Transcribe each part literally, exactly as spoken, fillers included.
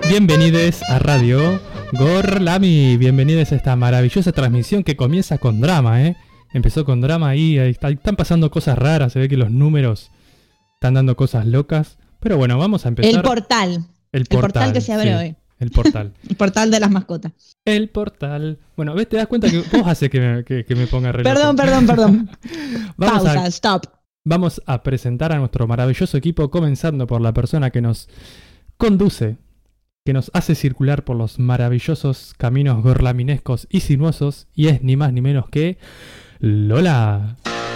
Bienvenidos a Radio Gorlami, bienvenidos a esta maravillosa transmisión que comienza con drama, ¿eh? Empezó con drama y ahí está, están pasando cosas raras, se ve que los números están dando cosas locas. Pero bueno, vamos a empezar. El portal. El portal, el portal que se abre sí, hoy. El portal. El portal de las mascotas. El portal. Bueno, ¿ves? Te das cuenta que vos haces que me, que, que me ponga reloj. Perdón, perdón, perdón. Vamos Pausa, a, stop. Vamos a presentar a nuestro maravilloso equipo, comenzando por la persona que nos conduce, que nos hace circular por los maravillosos caminos gorlaminescos y sinuosos, y es ni más ni menos que Lola.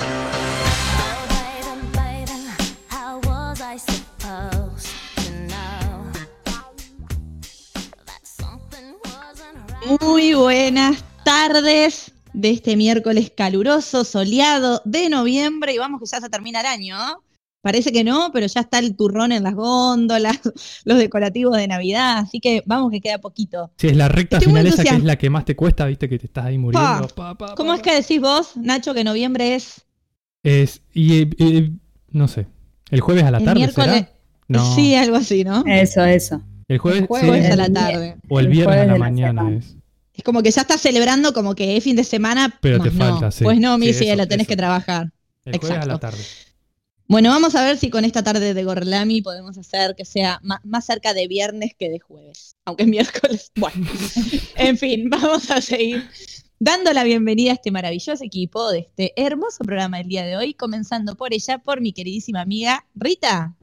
Muy buenas tardes de este miércoles caluroso, soleado de noviembre, y vamos que ya se termina el año, ¿no? Parece que no, pero ya está el turrón en las góndolas, los decorativos de Navidad, así que vamos que queda poquito. Sí, es la recta Estoy final esa que es la que más te cuesta, viste que te estás ahí muriendo. Pa, pa, pa, ¿Cómo pa, es que decís vos, Nacho, que noviembre es? Es, y, y, no sé, ¿el jueves a la El tarde miércoles, será? No. Sí, algo así, ¿no? Eso, eso. El jueves, El jueves sí, a la tarde. o el, el viernes a la jueves de la mañana semana. es. Es como que ya estás celebrando como que es fin de semana, Pero más te no. falta, sí. Pues no, mi Sí, cielo, eso, tenés eso. que trabajar. El jueves Exacto. a la tarde. Bueno, vamos a ver si con esta tarde de Gorlami podemos hacer que sea ma- más cerca de viernes que de jueves. Aunque es miércoles. Bueno, en fin, vamos a seguir dando la bienvenida a este maravilloso equipo de este hermoso programa del día de hoy, comenzando por ella, por mi queridísima amiga Rita.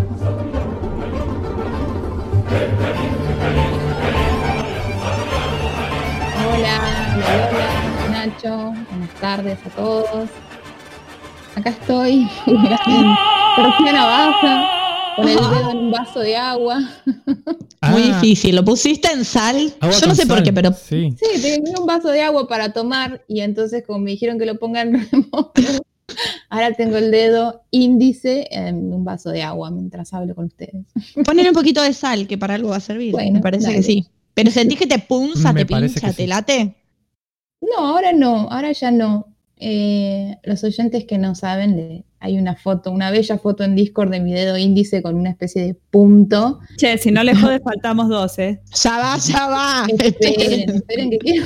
Hola, hola, hola, Nacho, buenas tardes a todos. Acá estoy, recién abajo, con el dedo en un vaso de agua. Muy Ah, difícil, lo pusiste en sal. agua Yo con no sé por sal, qué, pero Sí. Sí, tenía un vaso de agua para tomar y entonces como me dijeron que lo ponga en remoto, ahora tengo el dedo índice en un vaso de agua mientras hablo con ustedes. ponle un poquito de sal, que para algo va a servir. Bueno, me parece dale. que sí. Pero sentís que te punza, Me te parece pincha, que te sí. late. No, ahora no, ahora ya no. Eh, los oyentes que no saben, le- hay una foto, una bella foto en Discord de mi dedo índice con una especie de punto. Che, si no le jode, faltamos dos, ¿eh? Ya va, ya va. Esperen, esperen que quiero.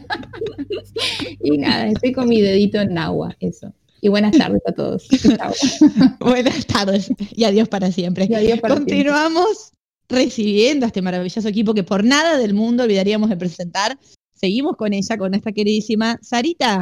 Y nada, estoy con mi dedito en agua, eso. Y buenas tardes a todos. Chao. Buenas tardes y adiós para siempre. Y adiós para Continuamos recibiendo a este maravilloso equipo que por nada del mundo olvidaríamos de presentar. Seguimos con ella, con nuestra queridísima Sarita.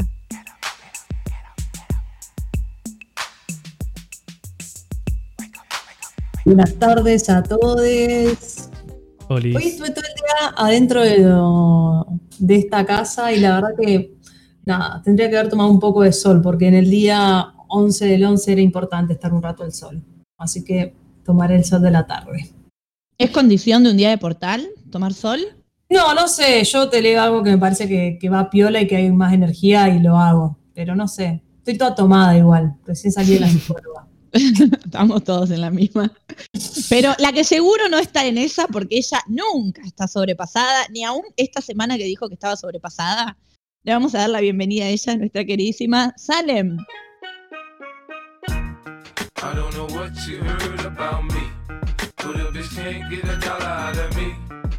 Buenas tardes a todos. Olis. Hoy estuve todo el día adentro de, lo- de esta casa y la verdad que nada, tendría que haber tomado un poco de sol porque en el día once del once era importante estar un rato al sol. Así que tomaré el sol de la tarde. ¿Es condición de un día de portal tomar sol? No, no sé, yo te leo algo que me parece que, que va piola y que hay más energía y lo hago. Pero no sé, estoy toda tomada igual, recién salí de la psicóloga. Estamos todos en la misma. Pero la que seguro no está en esa porque ella nunca está sobrepasada, ni aún esta semana que dijo que estaba sobrepasada. Le vamos a dar la bienvenida a ella, nuestra queridísima Salem. I don't know what you heard about me, but a bitch can't get a dollar out of me.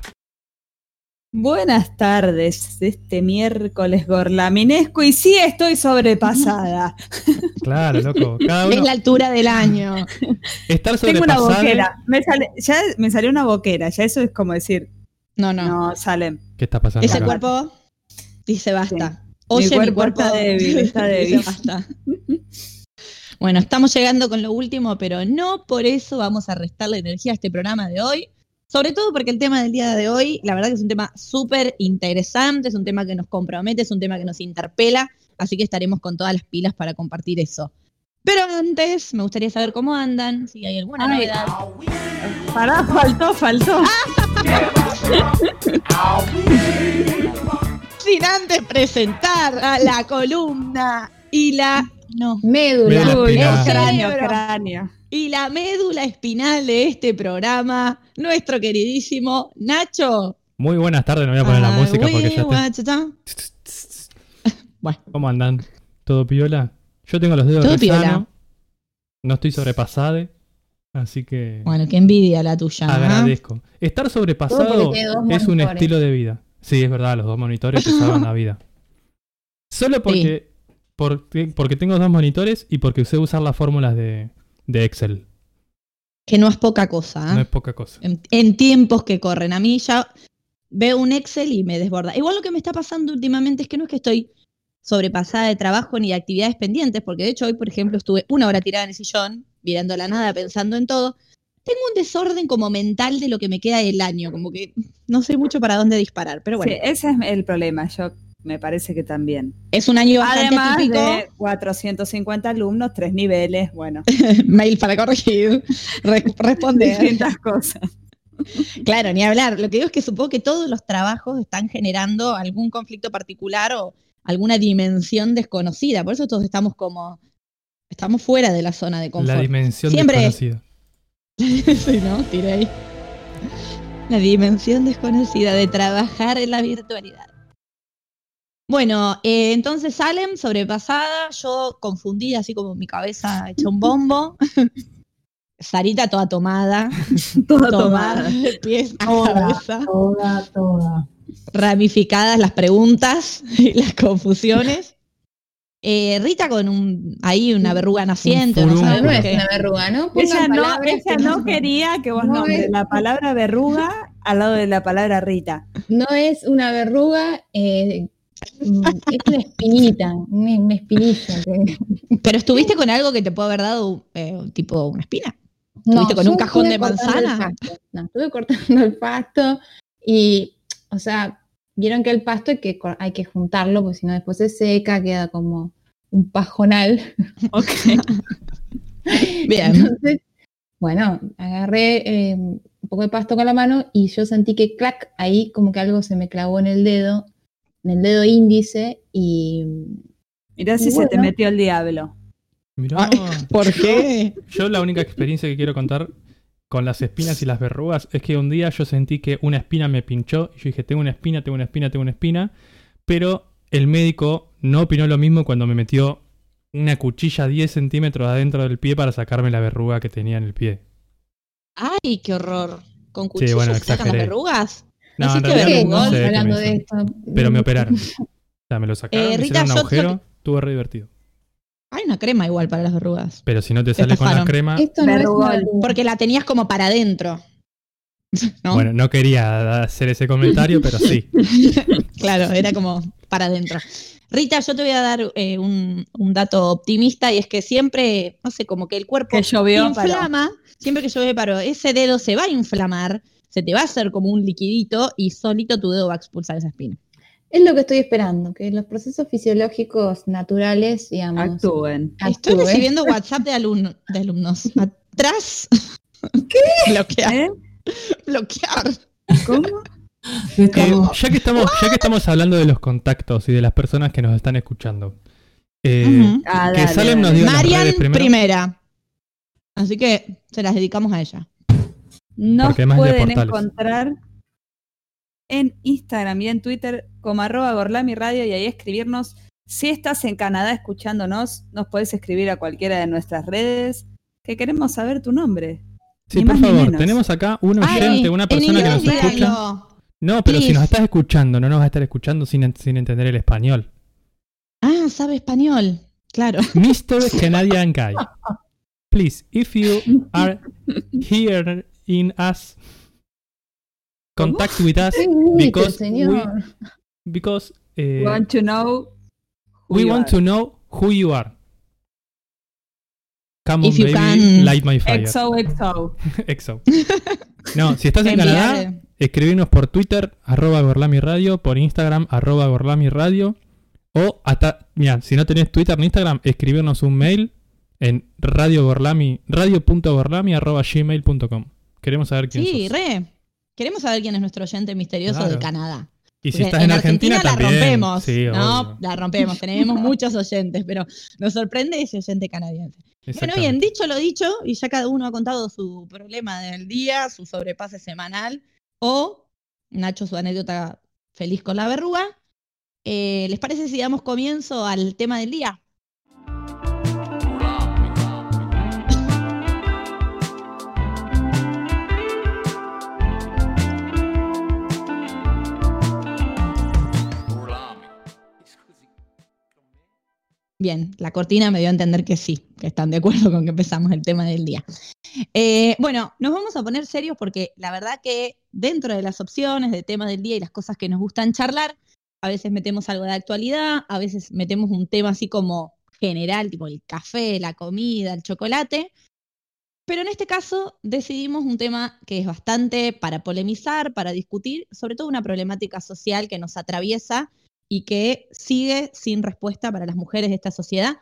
Buenas tardes de este miércoles gorlaminesco y sí estoy sobrepasada. Claro, loco. Cada Es uno. la altura del año. Estar Tengo una sobrepasado. boquera. Me sale, ya me salió una boquera, ya eso es como decir, No, no. no, salen. ¿Qué está pasando? Ese acá? cuerpo dice basta. Sí. Oye, Mi mi cuerpo cuerpo está débil, está débil. dice basta. Bueno, estamos llegando con lo último, pero no por eso vamos a restarle energía a este programa de hoy. Sobre todo porque el tema del día de hoy, la verdad que es un tema súper interesante, es un tema que nos compromete, es un tema que nos interpela, así que estaremos con todas las pilas para compartir eso. Pero antes, me gustaría saber cómo andan, si hay alguna Ay. novedad. Pará, faltó, faltó. Sin antes presentar a la columna y la... No. Médula. Médula Uy, espinal. cráneo, Cerebro. cráneo. Y la médula espinal de este programa, nuestro queridísimo Nacho. Muy buenas tardes, no voy a poner la Ay, música porque ya güey, está. guachata. Bueno, ¿Cómo andan? ¿Todo piola? Yo tengo los dedos Todo re piola. sanos. No estoy sobrepasado. Así que Bueno, qué envidia la tuya. ¿eh? agradezco. Estar Todo sobrepasado porque tiene dos es un monitores. estilo de vida. Sí, es verdad, los dos monitores te salvan la vida. Solo porque, porque, porque tengo dos monitores y porque sé usar las fórmulas de, de Excel. Que no es poca cosa. ¿eh? No es poca cosa. En, en tiempos que corren. A mí ya veo un Excel y me desborda. Igual lo que me está pasando últimamente es que no es que estoy sobrepasada de trabajo ni de actividades pendientes, porque de hecho hoy, por ejemplo, estuve una hora tirada en el sillón, mirando a la nada, pensando en todo. Tengo un desorden como mental de lo que me queda del año, como que no sé mucho para dónde disparar, pero bueno, Sí, ese es el problema. Yo me parece que también. es un año bastante Además típico. de cuatrocientos cincuenta alumnos, tres niveles, bueno, Mail para corregir, re- responder. distintas cosas. Claro, ni hablar. Lo que digo es que supongo que todos los trabajos están generando algún conflicto particular o alguna dimensión desconocida. Por eso todos estamos como, estamos fuera de la zona de confort. La dimensión Siempre- desconocida. Sí, ¿no? Tiré ahí. La dimensión desconocida de trabajar en la virtualidad. Bueno, eh, entonces Salem, sobrepasada, yo confundida, así como mi cabeza hecha un bombo. Sarita toda tomada, Todo tomada tomado. de pies a Toda, cabeza, toda, toda. ramificadas las preguntas y las confusiones. Eh, Rita con un ahí una verruga naciente, Un no furúnculo. sabemos No es qué. una verruga, ¿no? Ella Pongan no, palabras ella que no quería que vos no nombres es- la palabra verruga al lado de la palabra Rita. No es una verruga, eh, mm, es una espinita, una, una espinilla. que- Pero estuviste con algo que te puede haber dado eh, tipo una espina. No, ¿Estuviste con yo un cajón estuve de cortando el manzana? pasto. No, estuve cortando el pasto y, o sea, vieron que el pasto hay que, cor- hay que juntarlo, porque si no después se seca, queda como un pajonal. Ok. Bien. Entonces, bueno, agarré eh, un poco de pasto con la mano y yo sentí que clac, ahí como que algo se me clavó en el dedo, en el dedo índice y Mirá si Y se te bueno. metió el diablo. Mirá, ¿Por qué? yo la única experiencia que quiero contar con las espinas y las verrugas es que un día yo sentí que una espina me pinchó y yo dije, tengo una espina, tengo una espina, tengo una espina, pero el médico no opinó lo mismo cuando me metió una cuchilla diez centímetros adentro del pie para sacarme la verruga que tenía en el pie. Ay, qué horror. ¿Con cuchillos bueno, se sacan las exageré. verrugas? No, en hiciste realidad verruga? no sé qué me hablando de hizo, esto. pero me operaron. O sea, me lo sacaron, Eh, me Rita, hicieron un yo- agujero, estuvo re divertido. Hay una crema igual para las verrugas. Pero si no te Te sale con la estafaron. crema... Esto no es Verrugón. una verruga. Porque la tenías como para adentro. ¿No? Bueno, no quería hacer ese comentario, pero sí. Claro, era como para adentro. Rita, yo te voy a dar eh, un, un dato optimista y es que siempre, no sé, como que el cuerpo Que llovió, inflama, siempre que llueve paró, ese dedo se va a inflamar, se te va a hacer como un liquidito y solito tu dedo va a expulsar esa espina. Es lo que estoy esperando, que los procesos fisiológicos naturales, digamos, Actúen. Estoy actúen. recibiendo WhatsApp de, alumno, de alumnos. Atrás. ¿Qué? Bloquear. ¿Eh? Bloquear. ¿Cómo? Eh, Estamos- ya, que estamos, ya que estamos hablando de los contactos y de las personas que nos están escuchando, eh, Ujú. Ah, que dale, Salem nos dale. diga las Marian redes primero. primera. Así que se las dedicamos a ella. Nos Porque además de pueden portales. encontrar en Instagram y en Twitter como arroba Gorlami Radio y ahí escribirnos. Si estás en Canadá escuchándonos, nos puedes escribir a cualquiera de nuestras redes, que queremos saber tu nombre. Sí, Ni por más ni favor, menos. tenemos acá un Ay, oyente, una en persona que nos inglés escucha. díganlo. No, pero si Please. nos estás escuchando, no nos va a estar escuchando sin, en- sin entender el español. Ah, sabe español. Claro. mister Canadian Guy. Please, if you are here in us, contact with us ¿Qué grite, because señor? because eh, Want to know who we you want are. to know who you are. Come on, If you baby, can- light my fire. X O X O. Exo. No, si estás en Enviar, Canadá, eh. escribinos por Twitter, arroba Gorlami Radio, por Instagram, arroba Gorlami Radio, o hasta, mira, si no tenés Twitter ni Instagram, escribirnos un mail en radio gorlami, radio.gorlami arroba gmail punto com. Queremos saber quién Sí, sos. re. Queremos saber quién es nuestro oyente misterioso Claro. de Canadá. Y si Porque estás en, Argentina, la también. rompemos. Sí, no, obvio. la rompemos. Tenemos muchos oyentes, pero nos sorprende ese oyente canadiense. Bueno, bien, Exactamente. dicho lo dicho, y ya cada uno ha contado su problema del día, su sobrepase semanal, o Nacho su anécdota feliz con la verruga. Eh, ¿Les parece si damos comienzo al tema del día? Bien, la cortina me dio a entender que sí, que están de acuerdo con que empezamos el tema del día. Eh, bueno, nos vamos a poner serios porque la verdad que dentro de las opciones de tema del día y las cosas que nos gustan charlar, a veces metemos algo de actualidad, a veces metemos un tema así como general, tipo el café, la comida, el chocolate. Pero en este caso decidimos un tema que es bastante para polemizar, para discutir, sobre todo una problemática social que nos atraviesa y que sigue sin respuesta para las mujeres de esta sociedad,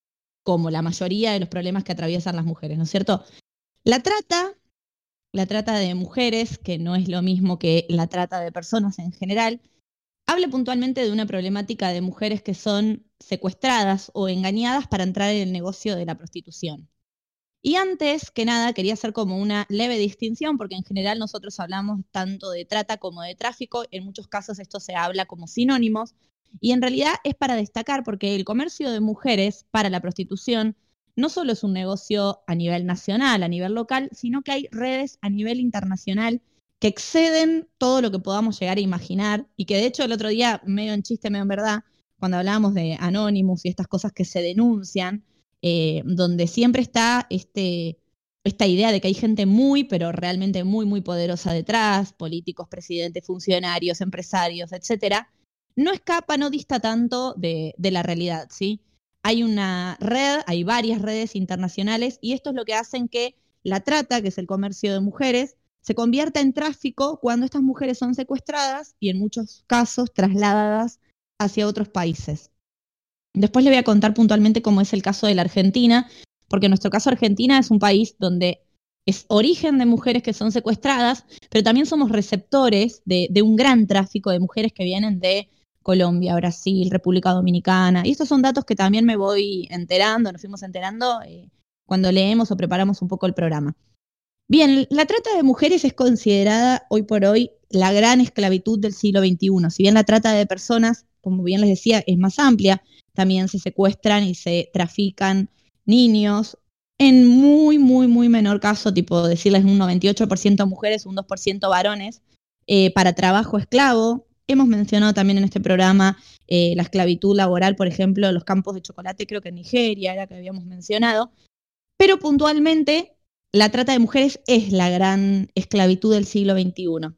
como la mayoría de los problemas que atraviesan las mujeres, ¿no es cierto? La trata, la trata de mujeres, que no es lo mismo que la trata de personas en general, habla puntualmente de una problemática de mujeres que son secuestradas o engañadas para entrar en el negocio de la prostitución. Y antes que nada quería hacer como una leve distinción, porque en general nosotros hablamos tanto de trata como de tráfico, en muchos casos esto se habla como sinónimos, y en realidad es para destacar porque el comercio de mujeres para la prostitución no solo es un negocio a nivel nacional, a nivel local, sino que hay redes a nivel internacional que exceden todo lo que podamos llegar a imaginar, y que de hecho el otro día, medio en chiste, medio en verdad, cuando hablábamos de Anonymous y estas cosas que se denuncian, Eh, donde siempre está este, esta idea de que hay gente muy, pero realmente muy, muy poderosa detrás, políticos, presidentes, funcionarios, empresarios, etcétera, no escapa, no dista tanto de, de la realidad, ¿sí? Hay una red, hay varias redes internacionales, y esto es lo que hacen que la trata, que es el comercio de mujeres, se convierta en tráfico cuando estas mujeres son secuestradas y en muchos casos trasladadas hacia otros países. Después le voy a contar puntualmente cómo es el caso de la Argentina, porque en nuestro caso Argentina es un país donde es origen de mujeres que son secuestradas, pero también somos receptores de, de un gran tráfico de mujeres que vienen de Colombia, Brasil, República Dominicana. Y estos son datos que también me voy enterando, nos fuimos enterando eh, cuando leemos o preparamos un poco el programa. Bien, la trata de mujeres es considerada hoy por hoy la gran esclavitud del siglo veintiuno. Si bien la trata de personas, como bien les decía, es más amplia, también se secuestran y se trafican niños, en muy, muy, muy menor caso, tipo decirles un noventa y ocho por ciento mujeres, un dos por ciento varones, eh, para trabajo esclavo. Hemos mencionado también en este programa eh, la esclavitud laboral, por ejemplo, los campos de chocolate, creo que en Nigeria era que habíamos mencionado, pero puntualmente la trata de mujeres es la gran esclavitud del siglo veintiuno.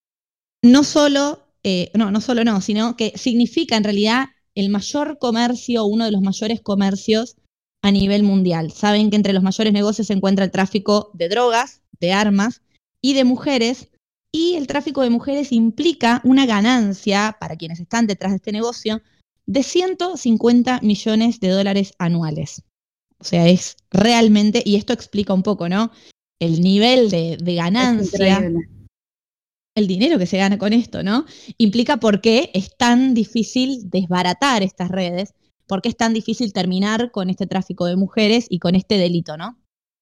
No solo, eh, no, no solo no, sino que significa en realidad el mayor comercio, uno de los mayores comercios a nivel mundial. Saben que entre los mayores negocios se encuentra el tráfico de drogas, de armas y de mujeres, y el tráfico de mujeres implica una ganancia para quienes están detrás de este negocio de ciento cincuenta millones de dólares anuales. O sea, es realmente, y esto explica un poco, ¿no? El nivel de, de ganancia, el dinero que se gana con esto, ¿no? Implica por qué es tan difícil desbaratar estas redes, por qué es tan difícil terminar con este tráfico de mujeres y con este delito, ¿no?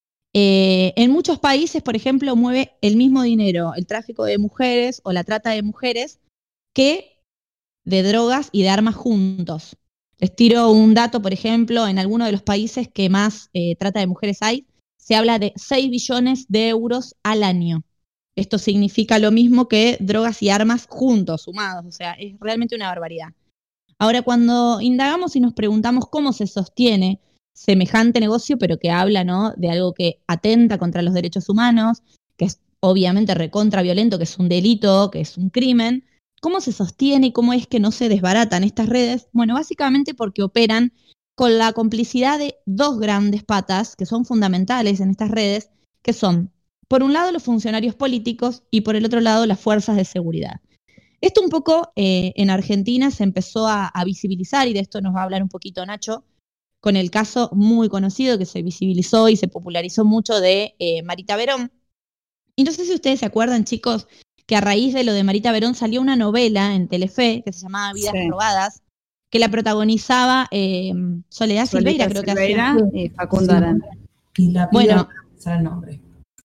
Eh, en muchos países, por ejemplo, mueve el mismo dinero el tráfico de mujeres o la trata de mujeres que de drogas y de armas juntos. Les tiro un dato, por ejemplo, en algunos de los países que más eh, trata de mujeres hay, se habla de seis billones de euros al año. Esto significa lo mismo que drogas y armas juntos, sumados, o sea, es realmente una barbaridad. Ahora, cuando indagamos y nos preguntamos cómo se sostiene semejante negocio, pero que habla, ¿no?, de algo que atenta contra los derechos humanos, que es obviamente recontra violento, que es un delito, que es un crimen, ¿cómo se sostiene y cómo es que no se desbaratan estas redes? Bueno, básicamente porque operan con la complicidad de dos grandes patas que son fundamentales en estas redes, que son, por un lado, los funcionarios políticos y por el otro lado, las fuerzas de seguridad. Esto un poco eh, en Argentina se empezó a, a visibilizar, y de esto nos va a hablar un poquito Nacho, con el caso muy conocido que se visibilizó y se popularizó mucho de eh, Marita Verón. Y no sé si ustedes se acuerdan, chicos, que a raíz de lo de Marita Verón salió una novela en Telefe que se llamaba Vidas sí. Robadas, que la protagonizaba eh, Soledad Silveira, creo Silveira que hacía. Y Facundo sí. Arana. Y la bueno, será el nombre.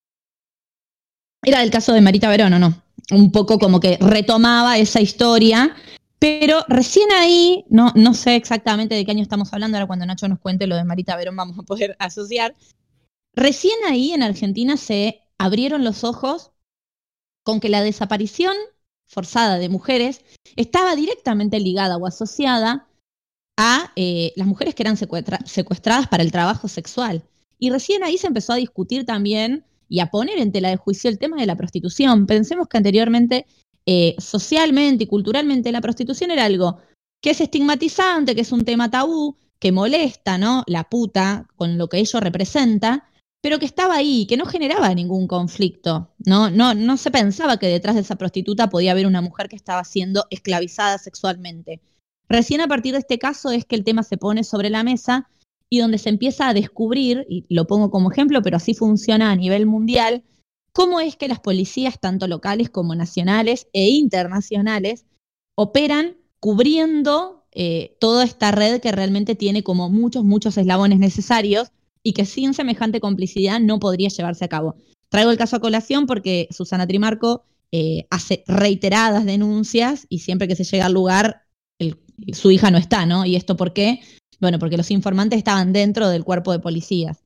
Era el caso de Marita Verón, ¿o no? Un poco como que retomaba esa historia, pero recién ahí, no, no sé exactamente de qué año estamos hablando, ahora cuando Nacho nos cuente lo de Marita Verón vamos a poder asociar. Recién ahí en Argentina se abrieron los ojos con que la desaparición forzada de mujeres estaba directamente ligada o asociada a eh, las mujeres que eran secuestra- secuestradas para el trabajo sexual. Y recién ahí se empezó a discutir también y a poner en tela de juicio el tema de la prostitución. Pensemos que anteriormente, eh, socialmente y culturalmente, la prostitución era algo que es estigmatizante, que es un tema tabú, que molesta, ¿no? La puta, con lo que ello representa, pero que estaba ahí, que no generaba ningún conflicto, ¿no? No, no se pensaba que detrás de esa prostituta podía haber una mujer que estaba siendo esclavizada sexualmente. Recién a partir de este caso es que el tema se pone sobre la mesa y donde se empieza a descubrir, y lo pongo como ejemplo, pero así funciona a nivel mundial, cómo es que las policías, tanto locales como nacionales e internacionales, operan cubriendo eh, toda esta red que realmente tiene como muchos, muchos eslabones necesarios y que sin semejante complicidad no podría llevarse a cabo. Traigo el caso a colación porque Susana Trimarco eh, hace reiteradas denuncias y siempre que se llega al lugar, el, su hija no está, ¿no? ¿Y esto por qué? Bueno, porque los informantes estaban dentro del cuerpo de policías.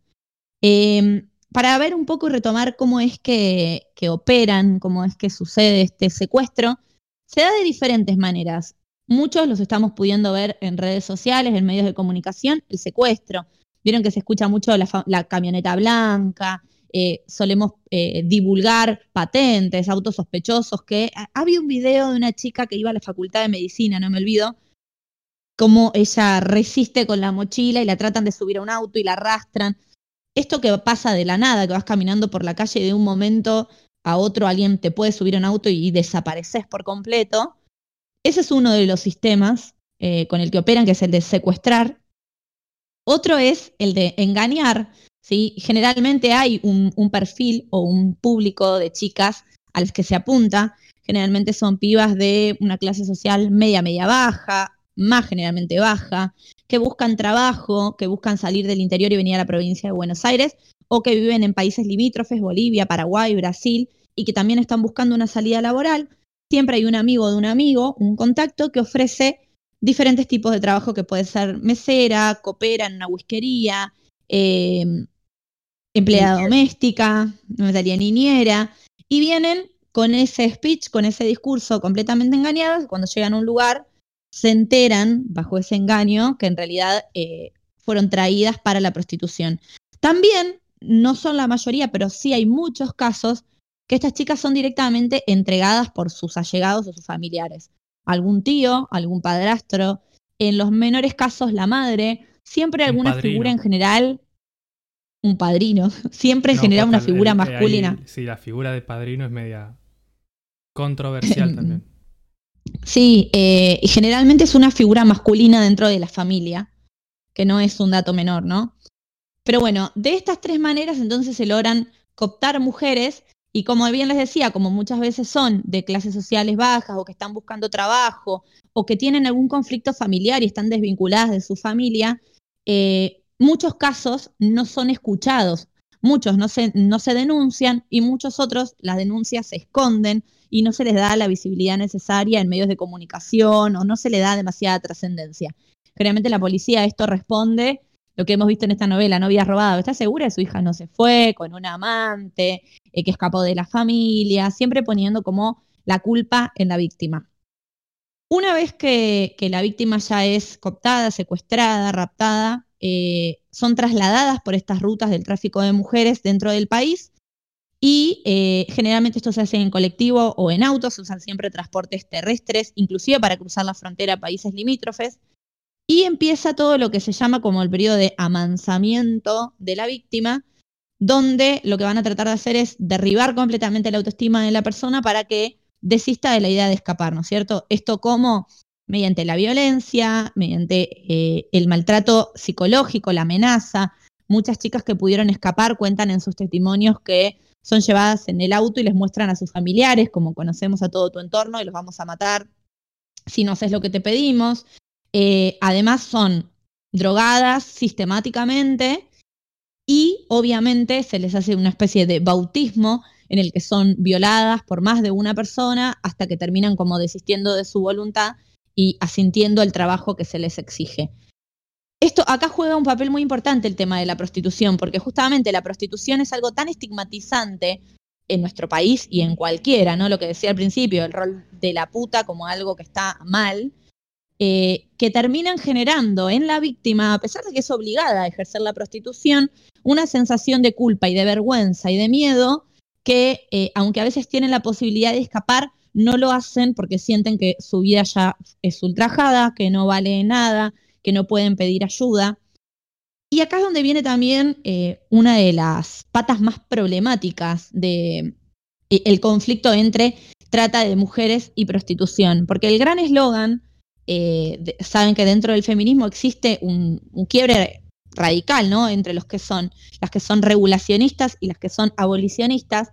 Eh, para ver un poco y retomar cómo es que, que operan, cómo es que sucede este secuestro, se da de diferentes maneras. Muchos los estamos pudiendo ver en redes sociales, en medios de comunicación, el secuestro. Vieron que se escucha mucho la, la camioneta blanca, eh, solemos eh, divulgar patentes, autos sospechosos, que había un video de una chica que iba a la facultad de medicina, no me olvido, cómo ella resiste con la mochila y la tratan de subir a un auto y la arrastran. Esto que pasa de la nada, que vas caminando por la calle y de un momento a otro alguien te puede subir a un auto y desapareces por completo. Ese es uno de los sistemas eh, con el que operan, que es el de secuestrar. Otro es el de engañar, ¿sí? Generalmente hay un, un perfil o un público de chicas a las que se apunta. Generalmente son pibas de una clase social media, media baja, más generalmente baja, que buscan trabajo, que buscan salir del interior y venir a la provincia de Buenos Aires, o que viven en países limítrofes, Bolivia, Paraguay, Brasil, y que también están buscando una salida laboral. Siempre hay un amigo de un amigo, un contacto que ofrece diferentes tipos de trabajo, que puede ser mesera, copera en una whiskería, eh, empleada doméstica, no me daría niñera, y vienen con ese speech, con ese discurso completamente engañados. Cuando llegan a un lugar se enteran, bajo ese engaño, que en realidad eh, fueron traídas para la prostitución. También, no son la mayoría, pero sí hay muchos casos que estas chicas son directamente entregadas por sus allegados o sus familiares. Algún tío, algún padrastro, en los menores casos la madre, siempre alguna figura en general, un padrino, siempre en No, general posta, una figura el- eh, masculina. ahí, sí, la figura de padrino es media controversial también. Sí, eh, y generalmente es una figura masculina dentro de la familia, que no es un dato menor, ¿no? Pero bueno, de estas tres maneras entonces se logran cooptar mujeres y, como bien les decía, como muchas veces son de clases sociales bajas o que están buscando trabajo o que tienen algún conflicto familiar y están desvinculadas de su familia, eh, muchos casos no son escuchados, muchos no se, no se denuncian y muchos otros las denuncias se esconden y no se les da la visibilidad necesaria en medios de comunicación o no se le da demasiada trascendencia. Generalmente la policía a esto responde lo que hemos visto en esta novela, Novia robada. ¿Está segura de su hija no se fue con un amante, eh, que escapó de la familia? Siempre poniendo como la culpa en la víctima. Una vez que, que la víctima ya es cooptada, secuestrada, raptada, eh, son trasladadas por estas rutas del tráfico de mujeres dentro del país y eh, generalmente esto se hace en colectivo o en auto, se usan siempre transportes terrestres, inclusive para cruzar la frontera a países limítrofes. Y empieza todo lo que se llama como el periodo de amansamiento de la víctima, donde lo que van a tratar de hacer es derribar completamente la autoestima de la persona para que desista de la idea de escapar, ¿no es cierto? Esto como mediante la violencia, mediante eh, el maltrato psicológico, la amenaza. Muchas chicas que pudieron escapar cuentan en sus testimonios que son llevadas en el auto y les muestran a sus familiares, como conocemos a todo tu entorno y los vamos a matar si no haces lo que te pedimos. Eh, además son drogadas sistemáticamente y obviamente se les hace una especie de bautismo en el que son violadas por más de una persona hasta que terminan como desistiendo de su voluntad y asintiendo al trabajo que se les exige. Esto acá juega un papel muy importante el tema de la prostitución, porque justamente la prostitución es algo tan estigmatizante en nuestro país y en cualquiera, ¿no? Lo que decía al principio, el rol de la puta como algo que está mal. eh, que terminan generando en la víctima, a pesar de que es obligada a ejercer la prostitución, una sensación de culpa y de vergüenza y de miedo que, eh, aunque a veces tienen la posibilidad de escapar, no lo hacen porque sienten que su vida ya es ultrajada, que no vale nada, que no pueden pedir ayuda. Y acá es donde viene también eh, una de las patas más problemáticas del de, conflicto entre trata de mujeres y prostitución. Porque el gran eslogan, eh, de, saben que dentro del feminismo existe un, un quiebre radical, ¿no? Entre los que son, las que son regulacionistas y las que son abolicionistas.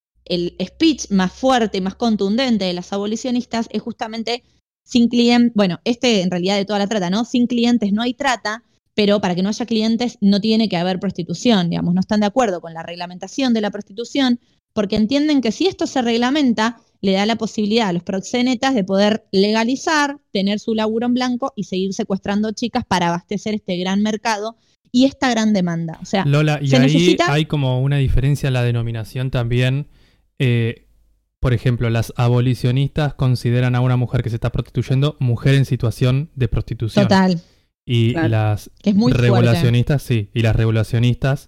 El speech más fuerte y más contundente de las abolicionistas es justamente sin clientes, bueno, este en realidad de toda la trata, ¿no? Sin clientes no hay trata, pero para que no haya clientes no tiene que haber prostitución, digamos, no están de acuerdo con la reglamentación de la prostitución porque entienden que si esto se reglamenta, le da la posibilidad a los proxenetas de poder legalizar, tener su laburo en blanco y seguir secuestrando chicas para abastecer este gran mercado y esta gran demanda. O sea, Lola, y se ahí necesita... hay como una diferencia en la denominación también. Eh, por ejemplo, las abolicionistas consideran a una mujer que se está prostituyendo mujer en situación de prostitución. Total. Y Claro. las Que es muy regulacionistas, sí, y las regulacionistas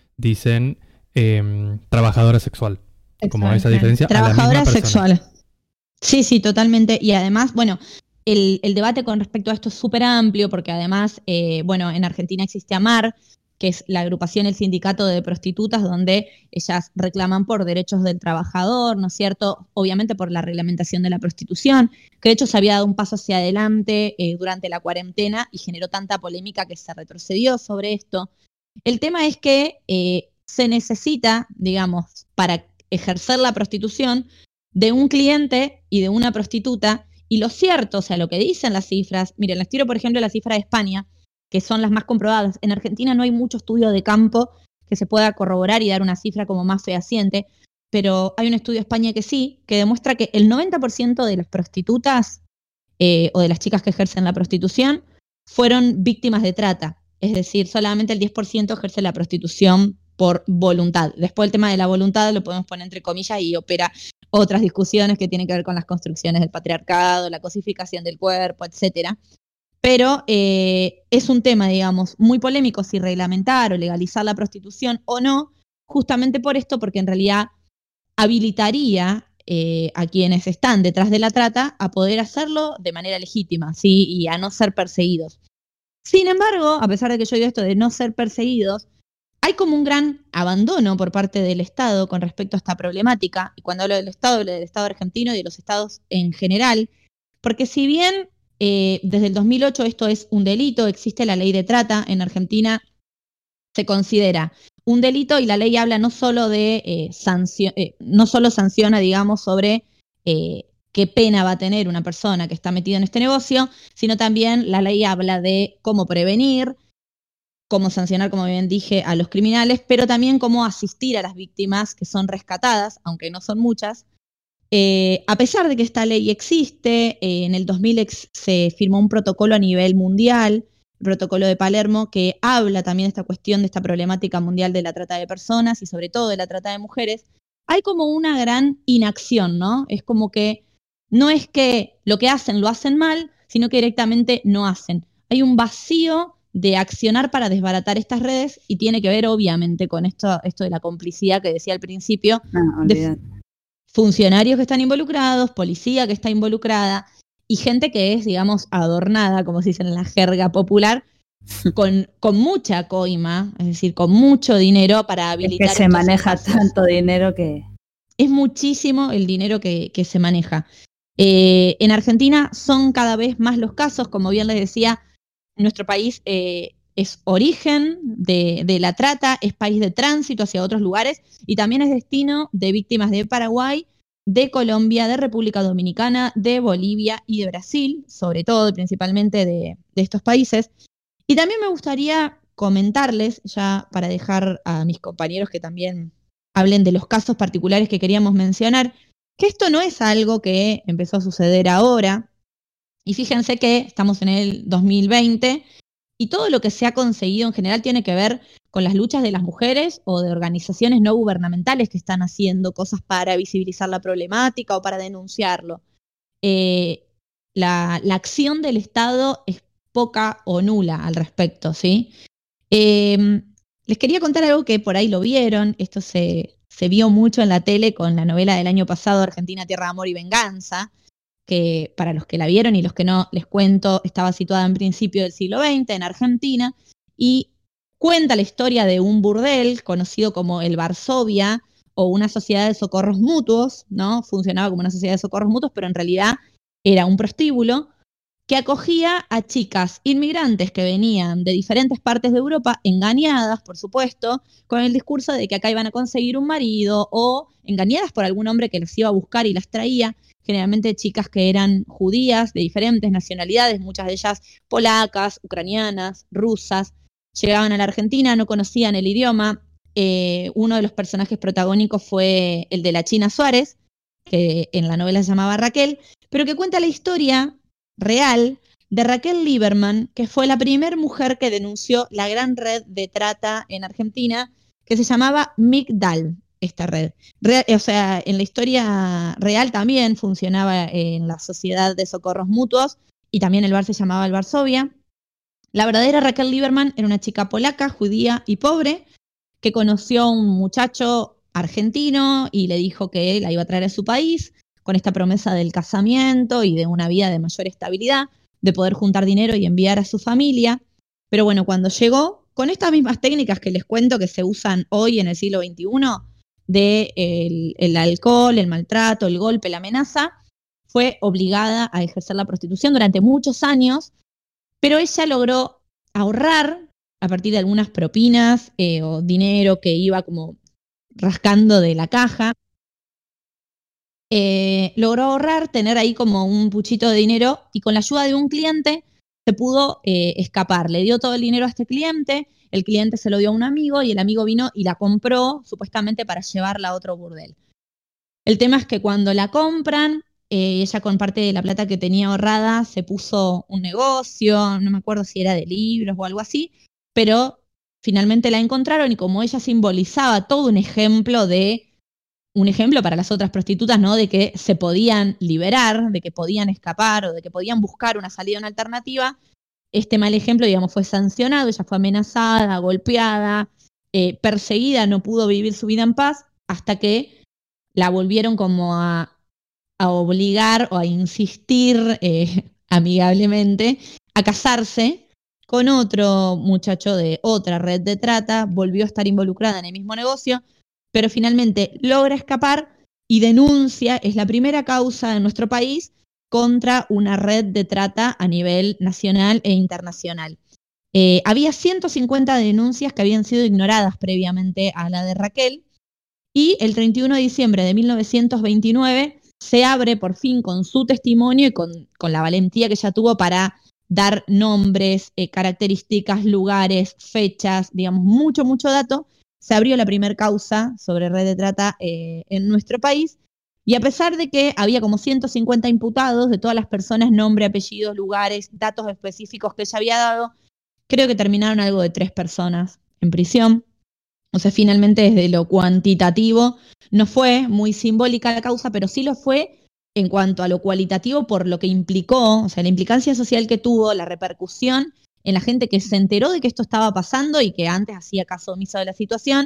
dicen eh, trabajadora sexual. Como esa diferencia a la Trabajadora misma persona. sexual. Sí, sí, totalmente. Y además, bueno, el, el debate con respecto a esto es súper amplio porque además, eh, bueno, en Argentina existe AMAR, que es la agrupación, el sindicato de prostitutas, donde ellas reclaman por derechos del trabajador, ¿no es cierto? Obviamente por la reglamentación de la prostitución, que de hecho se había dado un paso hacia adelante eh, durante la cuarentena y generó tanta polémica que se retrocedió sobre esto. El tema es que eh, se necesita, digamos, para ejercer la prostitución, de un cliente y de una prostituta, y lo cierto, o sea, lo que dicen las cifras, miren, les tiro por ejemplo la cifra de España, que son las más comprobadas. En Argentina no hay mucho estudio de campo que se pueda corroborar y dar una cifra como más fehaciente, pero hay un estudio de España que sí, que demuestra que el noventa por ciento de las prostitutas eh, o de las chicas que ejercen la prostitución fueron víctimas de trata. Es decir, solamente el diez por ciento ejerce la prostitución por voluntad. Después el tema de la voluntad lo podemos poner entre comillas y opera otras discusiones que tienen que ver con las construcciones del patriarcado, la cosificación del cuerpo, etcétera. Pero eh, es un tema, digamos, muy polémico si reglamentar o legalizar la prostitución o no, justamente por esto, porque en realidad habilitaría eh, a quienes están detrás de la trata a poder hacerlo de manera legítima, ¿sí? Y a no ser perseguidos. Sin embargo, a pesar de que yo digo esto de no ser perseguidos, hay como un gran abandono por parte del Estado con respecto a esta problemática. Y cuando hablo del Estado, hablo del Estado argentino y de los estados en general, porque si bien Eh, desde el dos mil ocho esto es un delito, existe la ley de trata, en Argentina se considera un delito y la ley habla no solo de eh, sanción, eh, no solo sanciona, digamos, sobre eh, qué pena va a tener una persona que está metida en este negocio, sino también la ley habla de cómo prevenir, cómo sancionar, como bien dije, a los criminales, pero también cómo asistir a las víctimas que son rescatadas, aunque no son muchas. Eh, a pesar de que esta ley existe, eh, en el dos mil ex, se firmó un protocolo a nivel mundial, el protocolo de Palermo, que habla también de esta cuestión, de esta problemática mundial de la trata de personas y sobre todo de la trata de mujeres. Hay como una gran inacción, ¿no? Es como que no es que lo que hacen lo hacen mal, sino que directamente no hacen. Hay un vacío de accionar para desbaratar estas redes y tiene que ver obviamente con esto, esto de la complicidad que decía al principio, No, de olvídate. funcionarios que están involucrados, policía que está involucrada y gente que es, digamos, adornada, como se dice en la jerga popular, con, con mucha coima, es decir, con mucho dinero para Es habilitar que se estos maneja espacios. tanto dinero que... Es muchísimo el dinero que, que se maneja. Eh, en Argentina son cada vez más los casos, como bien les decía, nuestro país eh, es origen de, de la trata, es país de tránsito hacia otros lugares y también es destino de víctimas de Paraguay, de Colombia, de República Dominicana, de Bolivia y de Brasil, sobre todo y principalmente de, de estos países. Y también me gustaría comentarles, ya para dejar a mis compañeros que también hablen de los casos particulares que queríamos mencionar, que esto no es algo que empezó a suceder ahora. Y fíjense que estamos en el dos mil veinte y todo lo que se ha conseguido en general tiene que ver con las luchas de las mujeres o de organizaciones no gubernamentales que están haciendo cosas para visibilizar la problemática o para denunciarlo. Eh, la, la acción del Estado es poca o nula al respecto, ¿sí? Eh, les quería contar algo que por ahí lo vieron, esto se, se vio mucho en la tele con la novela del año pasado, Argentina, Tierra de Amor y Venganza, que para los que la vieron y los que no, les cuento, estaba situada en principio del siglo veinte en Argentina y cuenta la historia de un burdel conocido como el Varsovia o una sociedad de socorros mutuos, ¿no? Funcionaba como una sociedad de socorros mutuos, pero en realidad era un prostíbulo que acogía a chicas inmigrantes que venían de diferentes partes de Europa, engañadas, por supuesto, con el discurso de que acá iban a conseguir un marido o engañadas por algún hombre que las iba a buscar y las traía, generalmente chicas que eran judías de diferentes nacionalidades, muchas de ellas polacas, ucranianas, rusas, llegaban a la Argentina, no conocían el idioma. Eh, uno de los personajes protagónicos fue el de la China Suárez, que en la novela se llamaba Raquel, pero que cuenta la historia real de Raquel Lieberman, que fue la primera mujer que denunció la gran red de trata en Argentina, que se llamaba Migdal, esta red. Real, o sea, en la historia real también funcionaba en la Sociedad de Socorros Mutuos, y también el bar se llamaba el Varsovia. La verdadera Raquel Lieberman era una chica polaca, judía y pobre, que conoció a un muchacho argentino y le dijo que la iba a traer a su país, con esta promesa del casamiento y de una vida de mayor estabilidad, de poder juntar dinero y enviar a su familia. Pero bueno, cuando llegó, con estas mismas técnicas que les cuento que se usan hoy en el siglo veintiuno, de el, el alcohol, el maltrato, el golpe, la amenaza, fue obligada a ejercer la prostitución durante muchos años, pero ella logró ahorrar a partir de algunas propinas eh, o dinero que iba como rascando de la caja. Eh, logró ahorrar, tener ahí como un puchito de dinero y con la ayuda de un cliente se pudo eh, escapar. Le dio todo el dinero a este cliente, el cliente se lo dio a un amigo y el amigo vino y la compró supuestamente para llevarla a otro burdel. El tema es que cuando la compran, eh, ella con parte de la plata que tenía ahorrada se puso un negocio, no me acuerdo si era de libros o algo así, pero finalmente la encontraron y como ella simbolizaba todo un ejemplo de un ejemplo para las otras prostitutas, ¿no? De que se podían liberar, de que podían escapar o de que podían buscar una salida, una alternativa. Este mal ejemplo, digamos, fue sancionado, ella fue amenazada, golpeada, eh, perseguida, no pudo vivir su vida en paz, hasta que la volvieron como a, a obligar o a insistir eh, amigablemente a casarse con otro muchacho de otra red de trata, volvió a estar involucrada en el mismo negocio, pero finalmente logra escapar y denuncia, es la primera causa en nuestro país contra una red de trata a nivel nacional e internacional. Eh, había ciento cincuenta denuncias que habían sido ignoradas previamente a la de Raquel, y el treinta y uno de diciembre de mil novecientos veintinueve se abre por fin con su testimonio y con, con la valentía que ella tuvo para dar nombres, eh, características, lugares, fechas, digamos, mucho, mucho dato. Se abrió la primera causa sobre red de trata eh, en nuestro país, y a pesar de que había como ciento cincuenta imputados de todas las personas, nombre, apellidos, lugares, datos específicos que ella había dado, creo que terminaron algo de tres personas en prisión. O sea, finalmente desde lo cuantitativo no fue muy simbólica la causa, pero sí lo fue en cuanto a lo cualitativo por lo que implicó, o sea, la implicancia social que tuvo, la repercusión en la gente que se enteró de que esto estaba pasando y que antes hacía caso omiso de la situación.